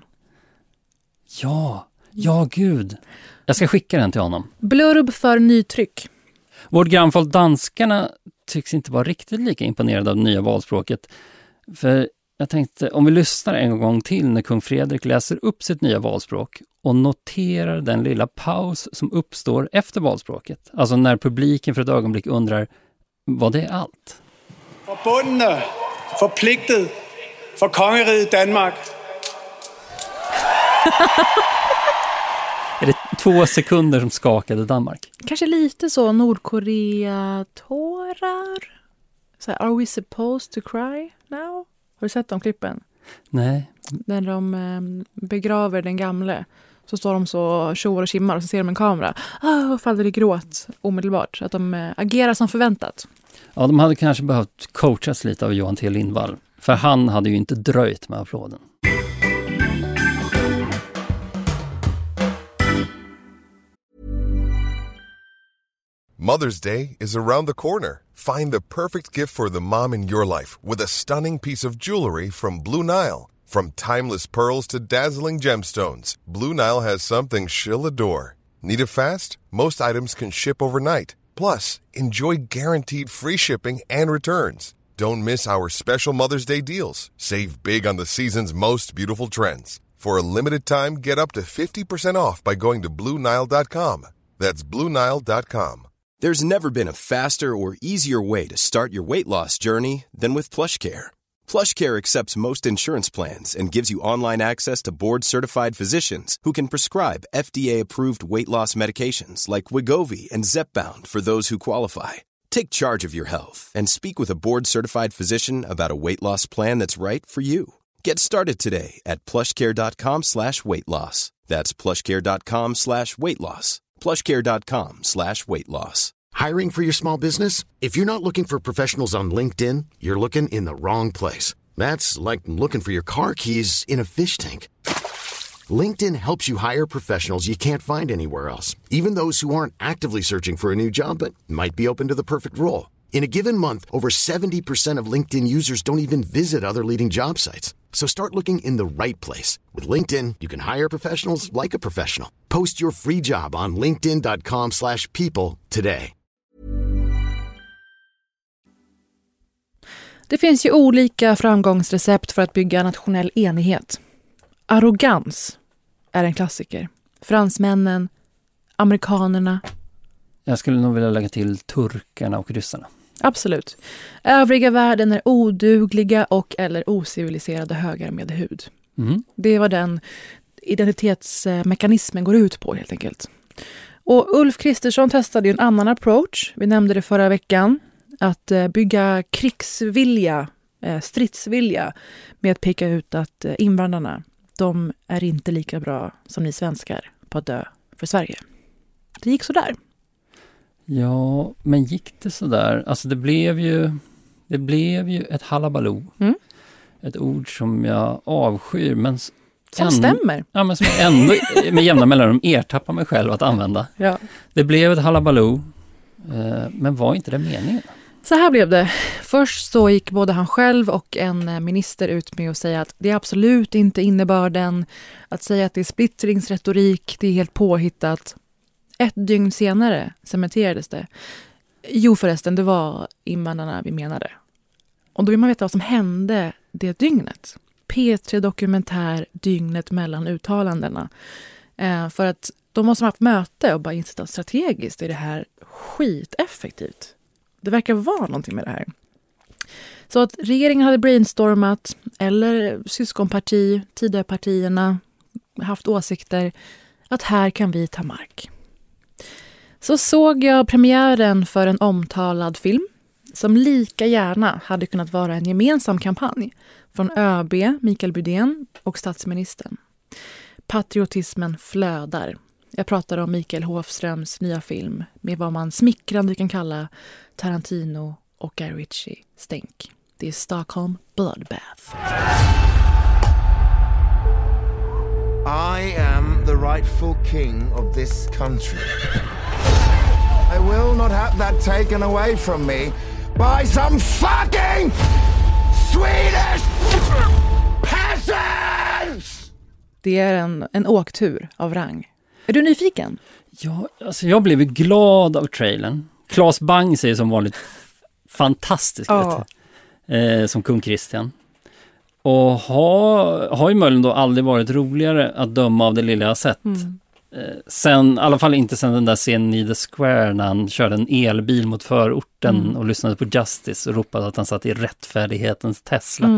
Ja, gud. Jag ska skicka den till honom. Blurb för nytryck. Vårt grannfolk danskarna tycks inte vara riktigt lika imponerade av det nya valspråket. För Jag tänkte, om vi lyssnar en gång till när kung Fredrik läser upp sitt nya valspråk och noterar den lilla paus som uppstår efter valspråket. Alltså när publiken för ett ögonblick undrar, vad det är allt? Förbundne, förpligtet för kongeriget Danmark. Är det 2 sekunder som skakade Danmark? Kanske lite så Nordkorea-tårar. Så här, are we supposed to cry now? Har du sett de klippen? Nej. När de begraver den gamle så står de så tjoar och kimmar och så ser de en kamera. Och faller i gråt omedelbart. Att de agerar som förväntat. Ja, de hade kanske behövt coachas lite av Johan T. Lindvall. För han hade ju inte dröjt med applåden. Mother's Day is around the corner. Find the perfect gift for the mom in your life with a stunning piece of jewelry from Blue Nile. From timeless pearls to dazzling gemstones, Blue Nile has something she'll adore. Need it fast? Most items can ship overnight. Plus, enjoy guaranteed free shipping and returns. Don't miss our special Mother's Day deals. Save big on the season's most beautiful trends. For a limited time, get up to 50% off by going to BlueNile.com. That's BlueNile.com. There's never been a faster or easier way to start your weight loss journey than with PlushCare. PlushCare accepts most insurance plans and gives you online access to board-certified physicians who can prescribe FDA-approved weight loss medications like Wegovy and Zepbound for those who qualify. Take charge of your health and speak with a board-certified physician about a weight loss plan that's right for you. Get started today at plushcare.com/weightloss. That's plushcare.com/weightloss. plushcare.com/weightloss. Hiring for your small business? If you're not looking for professionals on LinkedIn, you're looking in the wrong place. That's like looking for your car keys in a fish tank. LinkedIn helps you hire professionals you can't find anywhere else, even those who aren't actively searching for a new job but might be open to the perfect role. In a given month, over 70% of LinkedIn users don't even visit other leading job sites. So start looking in the right place. With LinkedIn, you can hire professionals like a professional. Post your free job on linkedin.com/people today. Det finns ju olika framgångsrecept för att bygga nationell enighet. Arrogans är en klassiker. Fransmännen, amerikanerna. Jag skulle nog vilja lägga till turkarna och ryssarna. Absolut. Övriga världen är odugliga och eller ociviliserade högar med hud. Det är vad den identitetsmekanismen går ut på helt enkelt. Och Ulf Kristersson testade ju en annan approach. Vi nämnde det förra veckan. Att bygga krigsvilja, stridsvilja med att peka ut att invandrarna, de är inte lika bra som ni svenskar på att dö för Sverige. Det gick så där. Ja, men gick det så där? Alltså det blev ju ett halabaloo. Ett ord som jag avskyr, men som stämmer. Ja, men som jag ändå med jämna mellanrum ertappar mig själv att använda. Ja. Det blev ett halabaloo, men var inte det meningen? Så här blev det. Först så gick både han själv och en minister ut med att säga att det är absolut inte innebörden. Att säga att det är splittringsretorik, det är helt påhittat. 1 dygn senare cementerades det. Jo förresten, det var invandrarna vi menade. Och då vill man veta vad som hände det dygnet. P3 Dokumentär dygnet mellan uttalandena. För att de måste ha haft möte och bara insett att strategiskt är det här skiteffektivt. Det verkar vara någonting med det här. Så att regeringen hade brainstormat eller syskonparti, Tidöpartierna haft åsikter att här kan vi ta mark. Så såg jag premiären för en omtalad film som lika gärna hade kunnat vara en gemensam kampanj från ÖB, Mikael Bydén och statsministern. Patriotismen flödar. Jag pratar om Mikael Håfströms nya film med vad man smickrande kan kalla Tarantino och Guy Ritchie stänk. Det är Stockholm Bloodbath. I am the rightful king of this country. I will not have that taken away from me by some fucking Swedish peasants! Det är en åktur av rang. Är du nyfiken? Ja, alltså jag blev glad av trailern. Claes Bang säger som vanligt fantastiskt som kung Christian. Och har ju möjligen då aldrig varit roligare att döma av det lilla jag har sett. Sen, i alla fall inte sen den där scenen i The Square när han körde en elbil mot förorten och lyssnade på Justice och ropade att han satt i rättfärdighetens Tesla.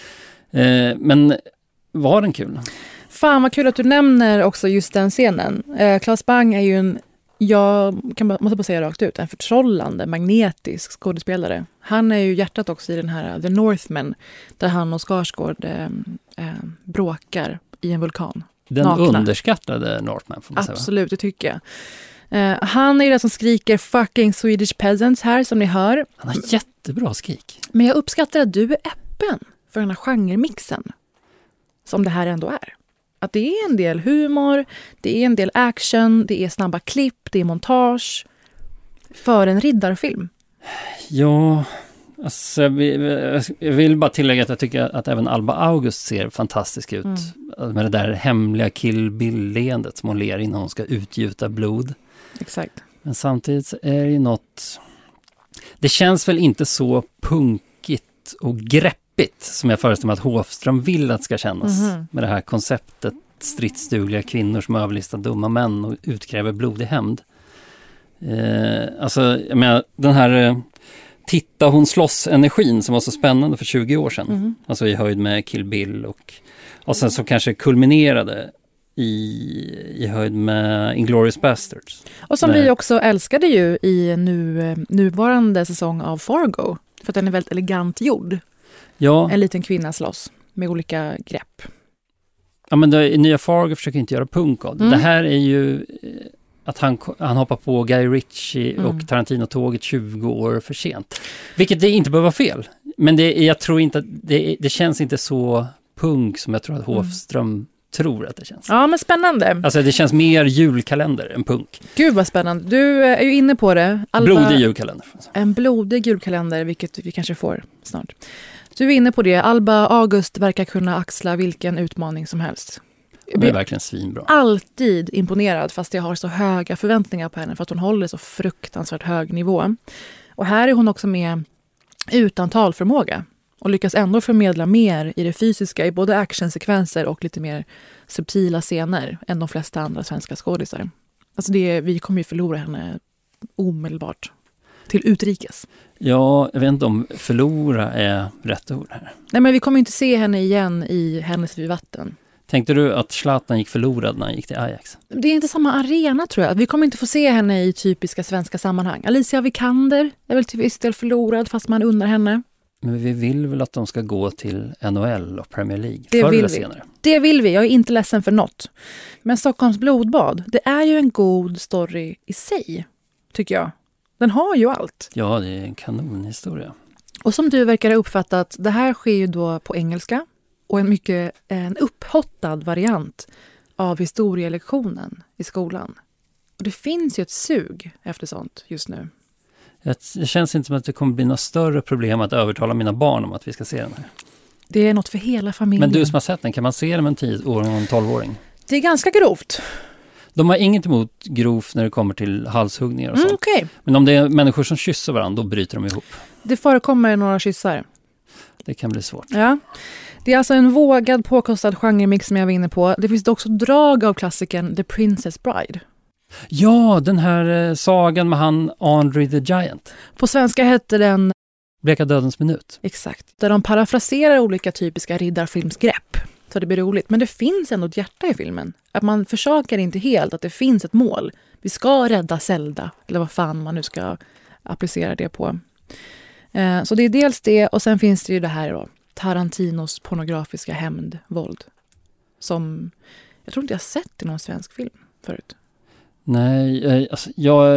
Men var den kul? Fan vad kul att du nämner också just den scenen. Claes Bang är ju måste bara säga rakt ut, en förtrollande, magnetisk skådespelare. Han är ju hjärtat också i den här The Northman, där han och Skarsgård bråkar i en vulkan. Den nakna. Underskattade Northman får man säga. Absolut, det tycker jag. Han är den som skriker fucking Swedish peasants här, som ni hör. Han har jättebra skrik. Men jag uppskattar att du är öppen för den här genremixen som det här ändå är. Att det är en del humor, det är en del action, det är snabba klipp, det är montage för en riddarfilm. Ja, alltså, jag vill bara tillägga att jag tycker att även Alba August ser fantastisk ut. Med det där hemliga Kill Bill-leendet som hon ler innan hon ska utgjuta blod. Exakt. Men samtidigt är det något... Det känns väl inte så punkigt och greppigt som jag föreställer mig att Hofström vill att ska kännas. Med det här konceptet stridsdugliga kvinnor som överlistar dumma män och utkräver blodig hämnd. Alltså, jag menar, den här titta hon slåss-energin som var så spännande för 20 år sedan. Alltså i höjd med Kill Bill och sen så kanske kulminerade i höjd med Inglourious Basterds. Och som vi också älskade ju i nuvarande säsong av Fargo. För att den är väldigt elegant gjord. Ja. En liten kvinna slåss med olika grepp. Ja, men i nya Fargo försöker inte göra punk av det. Det här är ju att han hoppar på Guy Ritchie och Tarantino-tåget 20 år för sent. Vilket det inte behöver vara fel. Men jag tror inte att det känns inte så punk som jag tror att Hofström tror att det känns. Ja, men spännande. Alltså det känns mer julkalender än punk. Gud vad spännande. Du är ju inne på det. Blodig julkalender. En blodig julkalender, vilket vi kanske får snart. Du är inne på det. Alba August verkar kunna axla vilken utmaning som helst. Det är verkligen svinbra. Alltid imponerad, fast jag har så höga förväntningar på henne för att hon håller så fruktansvärt hög nivå. Och här är hon också med utan talförmåga och lyckas ändå förmedla mer i det fysiska, i både actionsekvenser och lite mer subtila scener än de flesta andra svenska skådisar. Alltså vi kommer ju förlora henne omedelbart till utrikes. Ja, jag vet inte om förlora är rätt ord här. Nej, men vi kommer inte se henne igen i Hennes vid vatten. Tänkte du att Zlatan gick förlorad när han gick till Ajax? Det är inte samma arena, tror jag. Vi kommer inte få se henne i typiska svenska sammanhang. Alicia Vikander är väl till viss del förlorad, fast man undrar henne. Men vi vill väl att de ska gå till NHL och Premier League det förr vill eller vi. senare. Det vill vi. Jag är inte ledsen för något. Men Stockholms blodbad, det är ju en god story i sig, tycker jag. Den har ju allt. Ja, det är en kanonhistoria. Och som du verkar ha uppfattat, det här sker ju då på engelska. Och en upphottad variant av historielektionen i skolan. Och det finns ju ett sug efter sånt just nu. Det känns inte som att det kommer bli något större problem att övertala mina barn om att vi ska se den här. Det är något för hela familjen. Men du som har sett den, kan man se den med en 10-åring och en 12-åring? Det är ganska grovt. De har inget emot grovt när det kommer till halshuggningar och sånt. Okay. Men om det är människor som kysser varandra, då bryter de ihop. Det förekommer några kyssar. Det kan bli svårt. Ja. Det är alltså en vågad, påkostad genremix som jag var inne på. Det finns också drag av klassikern The Princess Bride. Ja, den här sagan med han Andre the Giant. På svenska hette den Bleka dödens minut. Exakt. Där de parafraserar olika typiska riddarfilmsgrepp. Så det blir roligt. Men det finns ändå ett hjärta i filmen. Att man försöker inte helt att det finns ett mål. Vi ska rädda Zelda. Eller vad fan man nu ska applicera det på. Så det är dels det. Och sen finns det ju det här då. Tarantinos pornografiska hämndvåld. Som jag tror inte jag sett i någon svensk film förut. Nej, alltså jag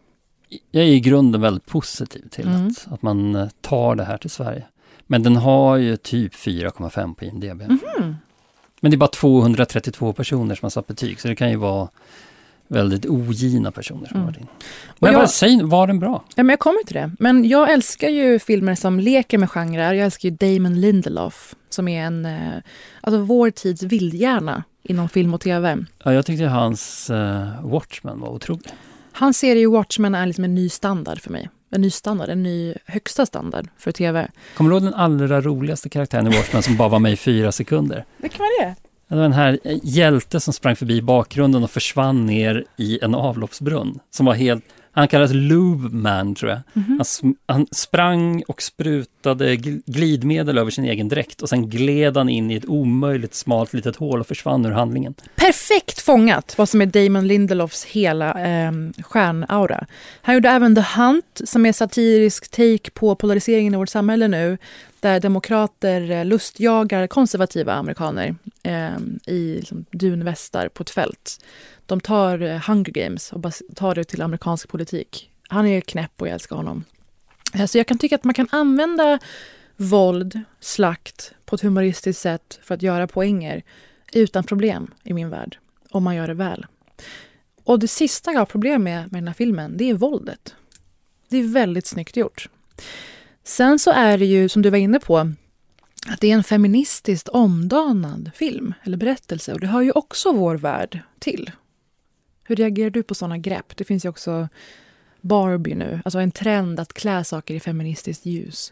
är i grunden väldigt positiv till att man tar det här till Sverige. Men den har ju typ 4,5 på IMDb. Men det är bara 232 personer som har satt betyg. Så det kan ju vara väldigt ogina personer som har varit in. Men var den bra? Ja, men jag kommer till det. Men jag älskar ju filmer som leker med genrer. Jag älskar ju Damon Lindelof som är alltså vår tids vildhjärna inom film och tv. Ja, jag tyckte hans Watchmen var otrolig. Hans serie Watchmen är liksom en ny standard för mig. en ny standard, en ny högsta standard för tv. Kommer du ihåg den allra roligaste karaktären i Watchmen som bara var med i 4 sekunder? Vilken var det? Det var den här hjälte som sprang förbi bakgrunden och försvann ner i en avloppsbrunn. Som var helt, han kallades Lube Man, tror jag. Han sprang och sprutade glidmedel över sin egen dräkt och sen gled han in i ett omöjligt smalt litet hål och försvann ur handlingen. Perfekt fångat vad som är Damon Lindelofs hela stjärnaura. Han gjorde även The Hunt, som är satirisk take på polariseringen i vårt samhälle nu, där demokrater lustjagar konservativa amerikaner i liksom, dunvästar på ett fält. De tar Hunger Games och bara tar det till amerikansk politik. Han är knäpp och jag älskar honom. Så jag kan tycka att man kan använda våld, slakt på ett humoristiskt sätt för att göra poänger utan problem i min värld, om man gör det väl. Och det sista jag har problem med den här filmen, det är våldet. Det är väldigt snyggt gjort. Sen så är det ju, som du var inne på, att det är en feministiskt omdanad film eller berättelse, och det hör ju också vår värld till. Hur reagerar du på sådana grepp? Det finns ju också Barbie nu, alltså en trend att klä saker i feministiskt ljus.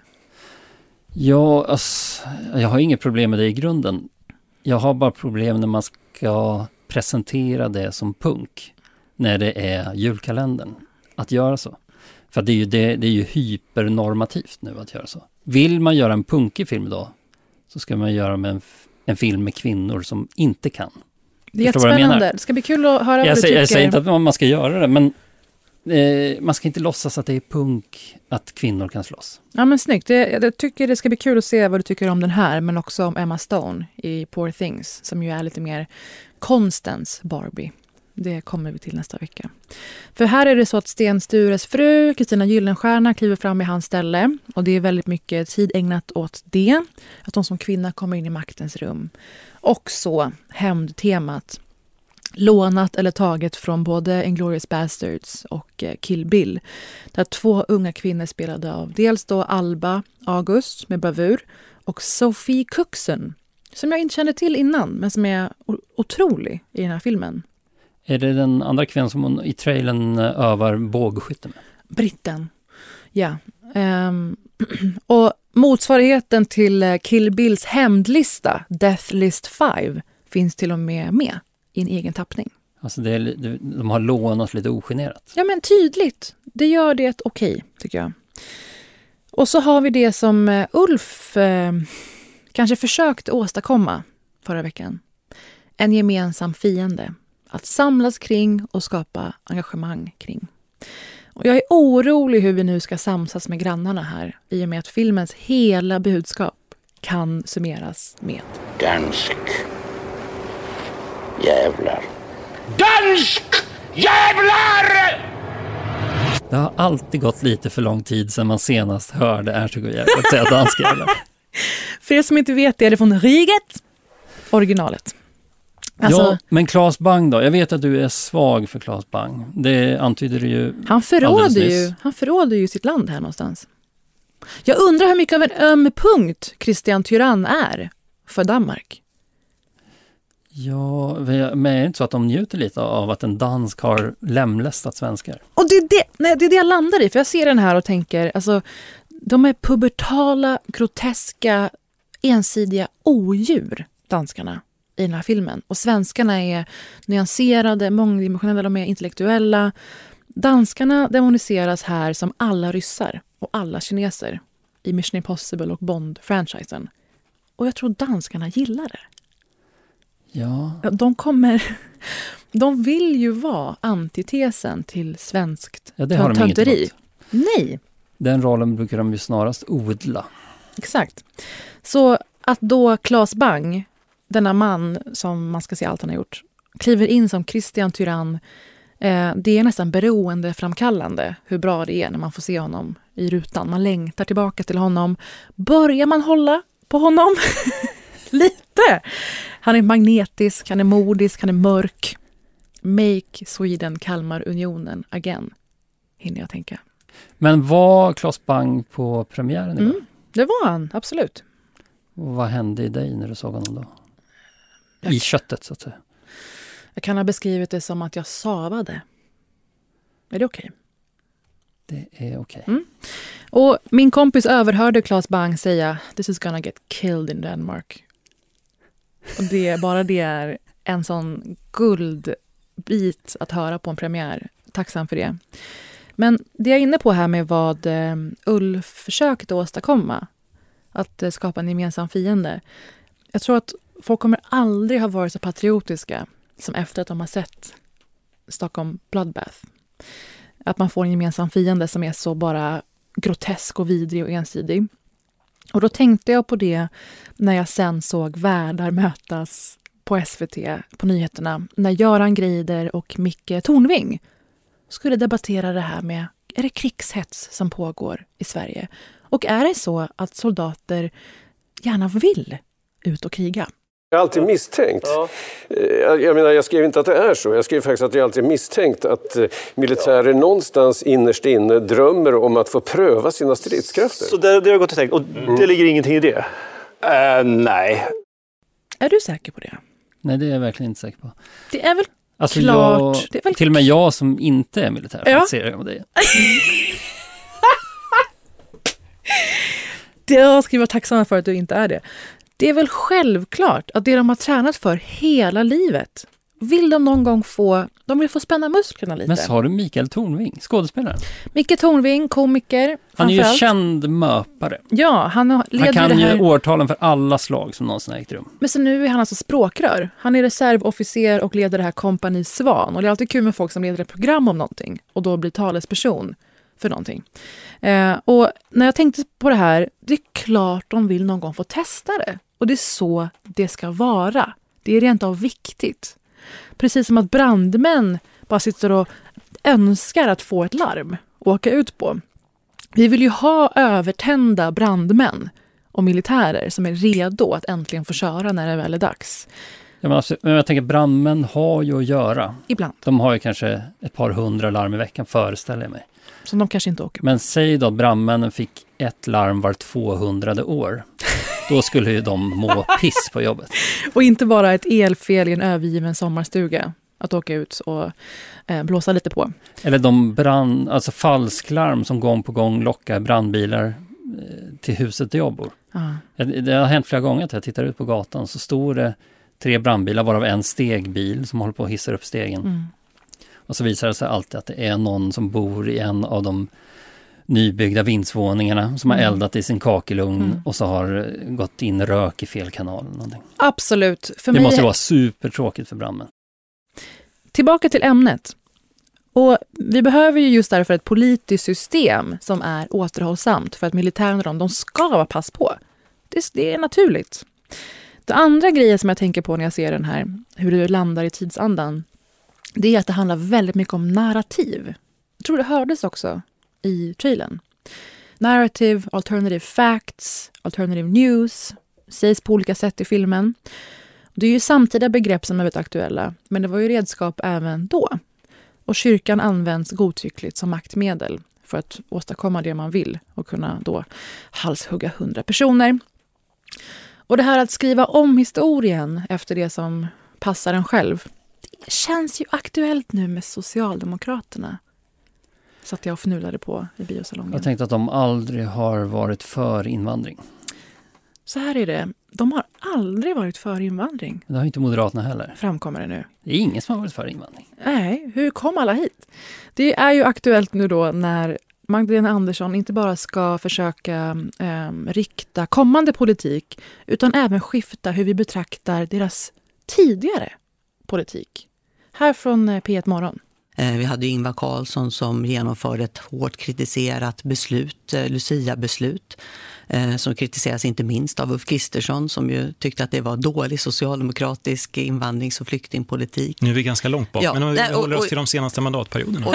Ja, alltså, jag har inget problem med det i grunden. Jag har bara problem när man ska presentera det som punk när det är julkalendern. Att göra så. För det är ju hypernormativt nu att göra så. Vill man göra en punkig film då, så ska man göra med en film med kvinnor som inte kan. Det är jättespännande. Det ska bli kul att höra vad du tycker. Jag säger inte att man ska göra det, men man ska inte låtsas att det är punk att kvinnor kan slåss. Ja, men snyggt. Jag tycker det ska bli kul att se vad du tycker om den här, men också om Emma Stone i Poor Things, som ju är lite mer konstens Barbie. Det kommer vi till nästa vecka. För här är det så att Sten Stures fru, Kristina Gyllenstierna, kliver fram i hans ställe. Och det är väldigt mycket tid ägnat åt det. Att de som kvinna kommer in i maktens rum. Också hämndtemat. Lånat eller taget från både Inglourious Basterds och Kill Bill. Där 2 unga kvinnor spelade av dels då Alba August med bravur och Sophie Cookson, som jag inte kände till innan, men som är otrolig i den här filmen. Är det den andra kvinnan som hon i trailern övar bågskytte med? Britten, ja. Och motsvarigheten till Kill Bills hämndlista, Death List 5, finns till och med i en egen tappning. Alltså de har lånat lite ogenerat. Ja, men tydligt. Det gör det okej, tycker jag. Och så har vi det som Ulf kanske försökte åstadkomma förra veckan. En gemensam fiende. Att samlas kring och skapa engagemang kring. Och jag är orolig hur vi nu ska samsas med grannarna här, i och med att filmens hela budskap kan summeras med dansk jävlar. Dansk jävlar! Det har alltid gått lite för lång tid sedan man senast hörde Ertug och Jävlar säga dansk jävlar. För er som inte vet det, är det från Riget, originalet. Alltså, ja, men Claes Bang då? Jag vet att du är svag för Claes Bang. Det antyder du ju. Han förråder ju sitt land här någonstans. Jag undrar hur mycket av en öm punkt Christian Tyrann är för Danmark. Ja, men är det inte så att de njuter lite av att en dansk har lemlästat svenskar? Och det är det jag landar i, för jag ser den här och tänker, alltså, de är pubertala, groteska, ensidiga odjur, danskarna, i den här filmen. Och svenskarna är nyanserade, mångdimensionella, de är intellektuella. Danskarna demoniseras här som alla ryssar och alla kineser i Mission Impossible och Bond-franchisen. Och jag tror danskarna gillar det. Ja. De vill ju vara antitesen till svenskt tönteri. Nej. Den rollen brukar de ju snarast odla. Exakt. Så att då Claes Bang, denna man som man ska se allt han har gjort, kliver in som Christian Tyrann, det är nästan beroendeframkallande hur bra det är när man får se honom i rutan. Man längtar tillbaka till honom. Börjar man hålla på honom? Lite. Han är magnetisk, han är modisk, han är mörk. Make Sweden Kalmarunionen again, hinner jag tänka. Men var Claes Bang på premiären idag? Det var han, absolut. Och vad hände i dig när du såg honom då? I köttet, så att säga. Jag kan ha beskrivit det som att jag savade. Är det okej? Det är okej. Och min kompis överhörde Claes Bang säga "This is gonna get killed in Denmark". Och det är en sån guldbit att höra på en premiär. Tacksam för det. Men det jag är inne på här med vad Ulf försökte åstadkomma, att skapa en gemensam fiende. Jag tror att folk kommer aldrig ha varit så patriotiska som efter att de har sett Stockholm Bloodbath. Att man får en gemensam fiende som är så bara grotesk och vidrig och ensidig. Och då tänkte jag på det när jag sen såg Värdar mötas på SVT på nyheterna. När Göran Greider och Micke Tornving skulle debattera det här med, är det krigshets som pågår i Sverige? Och är det så att soldater gärna vill ut och kriga? Jag har alltid misstänkt. Jag skrev inte att det är så. Jag skrev faktiskt att jag alltid misstänkt att militärer någonstans innerst inne drömmer om att få pröva sina stridskrafter. Så det har gått och tänkt. Och det ligger ingenting i det? Nej. Är du säker på det? Nej, det är jag verkligen inte säker på. Det är väl alltså klart. Till och med jag som inte är militär ser jag det. Det ska vi vara tacksamma för att du inte är det. Det är väl självklart att det de har tränat för hela livet vill de någon gång de vill få spänna musklerna lite. Men sa du Mikael Tornving, skådespelaren? Micke Tornving, komiker. Han är ju känd möpare. Ja, han kan ju årtalen för alla slag som någonsin har ägt rum. Men så nu är han alltså språkrör. Han är reservofficer och leder det här kompani Svan. Och det är alltid kul med folk som leder ett program om någonting och då blir talesperson för någonting. Och när jag tänkte på det här, det är klart de vill någon gång få testa det. Och det är så det ska vara. Det är rent av viktigt. Precis som att brandmän bara sitter och önskar att få ett larm och åka ut på. Vi vill ju ha övertända brandmän och militärer som är redo att äntligen få köra när det väl är dags. Ja, men jag tänker brandmän har ju att göra. Ibland. De har ju kanske ett par 100 larm i veckan, föreställer jag mig. Som de kanske inte åker på. Men säg då att brandmännen fick ett larm var 200 år. Då skulle ju de må piss på jobbet. Och inte bara ett elfel i en övergiven sommarstuga att åka ut och blåsa lite på. Eller de falsklarm som gång på gång lockar brandbilar till huset där jag bor. Det har hänt flera gånger att jag tittar ut på gatan så står det 3 brandbilar varav en stegbil som håller på att hissa upp stegen. Och så visar det sig alltid att det är någon som bor i en av de nybyggda vindsvåningarna som har eldat i sin kakelugn och så har gått in rök i fel kanal. Någonting. Absolut. Det måste vara supertråkigt för brandmän. Tillbaka till ämnet. Och vi behöver ju just därför ett politiskt system som är återhållsamt för att militären och de ska vara pass på. Det är naturligt. Det andra grejen som jag tänker på när jag ser den här, hur det landar i tidsandan, det är att det handlar väldigt mycket om narrativ. Jag tror det hördes också i trailern. Narrative, alternative facts, alternative news sägs på olika sätt i filmen. Det är ju samtida begrepp som är väldigt aktuella, men det var ju redskap även då. Och kyrkan används godtyckligt som maktmedel för att åstadkomma det man vill och kunna då halshugga 100 personer. Och det här att skriva om historien efter det som passar en själv, det känns ju aktuellt nu med Socialdemokraterna. Så att jag fnulade på i biosalongen. Jag tänkte att de aldrig har varit för invandring. Så här är det. De har aldrig varit för invandring. Det har inte Moderaterna heller. Framkommer det nu. Det är ingen som har varit för invandring. Nej, hur kom alla hit? Det är ju aktuellt nu då när Magdalena Andersson inte bara ska försöka rikta kommande politik utan även skifta hur vi betraktar deras tidigare politik. Här från P1 Morgon. Vi hade Ingvar Carlsson som genomförde ett hårt kritiserat beslut, Lucia-beslut, som kritiseras inte minst av Ulf Kristersson som ju tyckte att det var dålig socialdemokratisk invandrings- och flyktingpolitik. Nu är vi ganska långt bak, men om vi håller oss till de senaste mandatperioderna.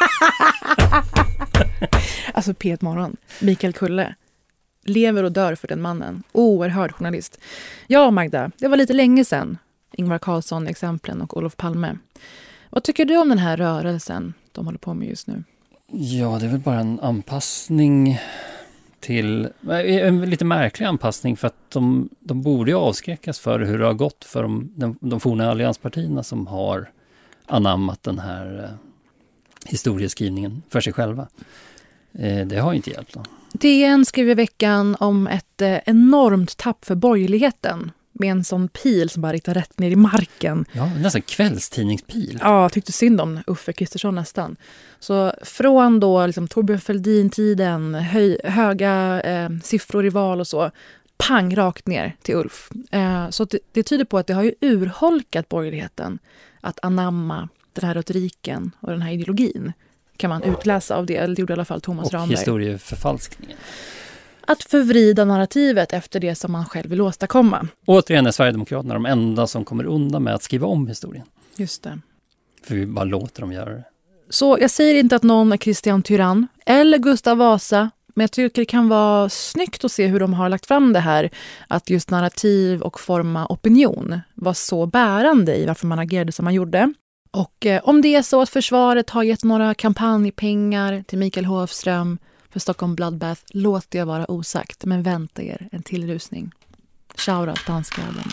Alltså P1 Morgon, Mikael Kulle, lever och dör för den mannen. Oerhörd journalist. Ja Magda, det var lite länge sedan. Ingvar Carlsson-exemplen och Olof Palme. Vad tycker du om den här rörelsen de håller på med just nu? Ja, det är väl bara en anpassning till... En lite märklig anpassning för att de borde ju avskräckas för hur det har gått för de forna allianspartierna som har anammat den här historieskrivningen för sig själva. Det har ju inte hjälpt då. DN skrev i veckan om ett enormt tapp för borgerligheten med en sån pil som bara riktar rätt ner i marken. Ja, nästan kvällstidningspil. Ja, tyckte synd om Uffe Kristersson nästan. Så från då liksom Torbjörn Fälldin-tiden, höga siffror i val och så, pang rakt ner till Ulf. Så det tyder på att det har ju urholkat borgerligheten att anamma den här retoriken och den här ideologin. Kan man utläsa av det, eller det gjorde i alla fall Thomas Ramberg. Och historieförfalskningen. Att förvrida narrativet efter det som man själv vill åstadkomma. Återigen är Sverigedemokraterna de enda som kommer undan med att skriva om historien. Just det. För vi bara låter dem göra det. Så jag säger inte att någon är Kristian Tyrann eller Gustav Vasa, men jag tycker det kan vara snyggt att se hur de har lagt fram det här. Att just narrativ och forma opinion var så bärande i varför man agerade som man gjorde. Och om det är så att försvaret har gett några kampanjpengar till Mikael Hofström för Stockholm Bloodbath, låt det vara osagt. Men vänta er en tillrusning. Shoutout danskarlen.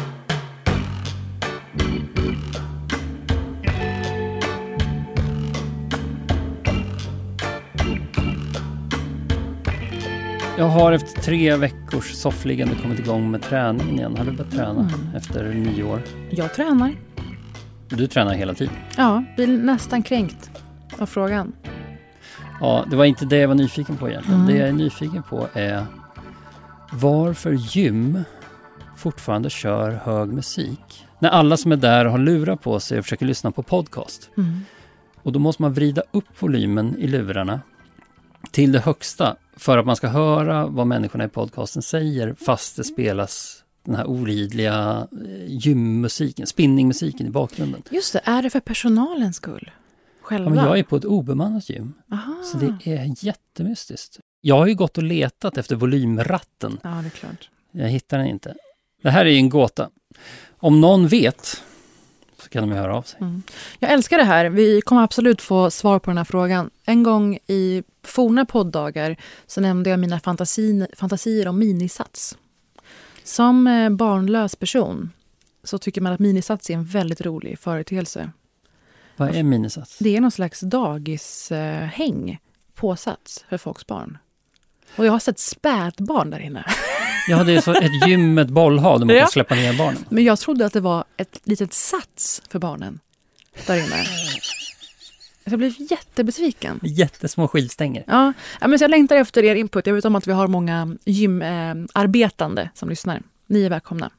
Jag har efter 3 veckors soffliggande kommit igång med träningen igen. Har du börjat träna efter 9 år? Jag tränar. Du tränar hela tiden? Ja, blir nästan kränkt av frågan. Ja, det var inte det jag var nyfiken på egentligen. Det jag är nyfiken på är varför gym fortfarande kör hög musik. När alla som är där har lurar på sig och försöker lyssna på podcast. Och då måste man vrida upp volymen i lurarna till det högsta för att man ska höra vad människorna i podcasten säger fast det spelas den här oridliga gymmusiken, spinningmusiken i bakgrunden. Just det, är det för personalens skull? Själva? Ja, men jag är på ett obemannat gym. Aha. Så det är jättemystiskt. Jag har ju gått och letat efter volymratten. Ja, det är klart. Jag hittar den inte. Det här är ju en gåta. Om någon vet så kan de höra av sig. Jag älskar det här. Vi kommer absolut få svar på den här frågan. En gång i forna podddagar så nämnde jag mina fantasier om minisats. Som barnlös person så tycker man att minisats är en väldigt rolig företeelse. Vad är minisats? Det är någon slags dagishäng påsats för folks barn. Och jag har sett spädbarn där inne. Ja, det är så ett gym med ett bollhav där man kan släppa ner barnen. Men jag trodde att det var ett litet sats för barnen där inne. Jag blev jättebesviken. Jättesmå skivstänger. Ja, men så jag längtar efter er input. Jag vet om att vi har många gymarbetande som lyssnar. Ni är välkomna.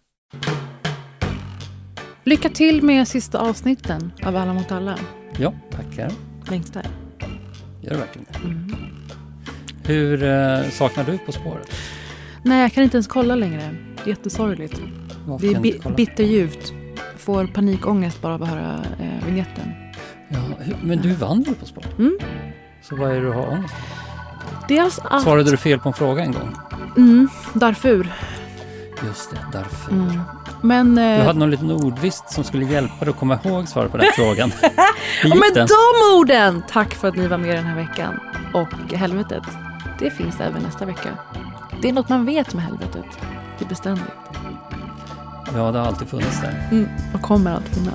Lycka till med sista avsnitten av Alla mot alla. Ja, tackar. Längtar. Gör det verkligen det? Hur saknar du På spåret? Nej, jag kan inte ens kolla längre. Det är jättesorgligt. Varför det är bitterljuvt. Får panikångest bara av att höra vignetten. Ja, men du vann ju På spåret. Så vad är det du har ångest? Dels att... Svarade du fel på en fråga en gång? Därför. Just det, därför. Men, du hade någon liten ordvist som skulle hjälpa dig att komma ihåg svaret på den frågan. Men de orden! Tack för att ni var med den här veckan. Och helvetet, det finns även nästa vecka. Det är något man vet med helvetet. Det är beständigt. Ja, det har alltid funnits där. Och kommer alltid finnas.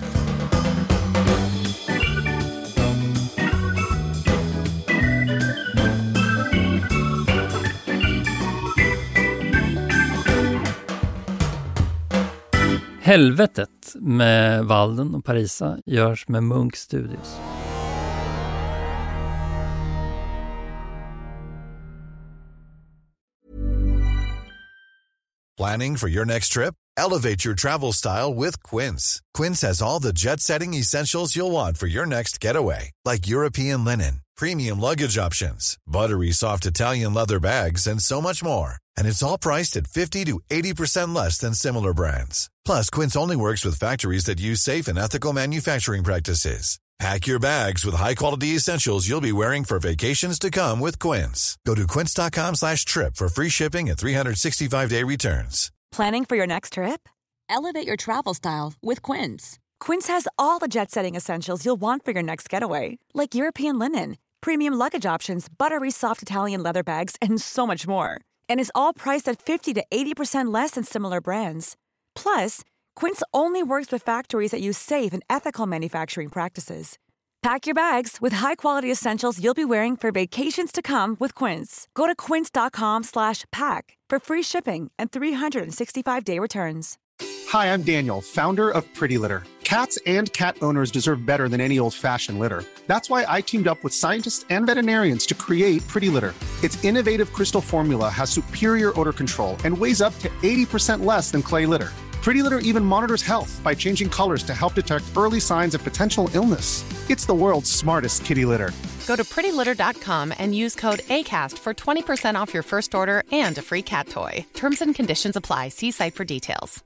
Helvetet med Walden och Parisa görs med Munk Studios. Planning for your next trip? Elevate your travel style with Quince. Quince has all the jet-setting essentials you'll want for your next getaway, like European linen, premium luggage options, buttery soft Italian leather bags, and so much more. And it's all priced at 50 to 80% less than similar brands. Plus, Quince only works with factories that use safe and ethical manufacturing practices. Pack your bags with high-quality essentials you'll be wearing for vacations to come with Quince. Go to quince.com/trip for free shipping and 365-day returns. Planning for your next trip? Elevate your travel style with Quince. Quince has all the jet-setting essentials you'll want for your next getaway, like European linen, premium luggage options, buttery soft Italian leather bags, and so much more. And is all priced at 50 to 80% less than similar brands. Plus, Quince only works with factories that use safe and ethical manufacturing practices. Pack your bags with high-quality essentials you'll be wearing for vacations to come with Quince. Go to quince.com/pack for free shipping and 365-day returns. Hi, I'm Daniel, founder of Pretty Litter. Cats and cat owners deserve better than any old-fashioned litter. That's why I teamed up with scientists and veterinarians to create Pretty Litter. Its innovative crystal formula has superior odor control and weighs up to 80% less than clay litter. Pretty Litter even monitors health by changing colors to help detect early signs of potential illness. It's the world's smartest kitty litter. Go to prettylitter.com and use code ACAST for 20% off your first order and a free cat toy. Terms and conditions apply. See site for details.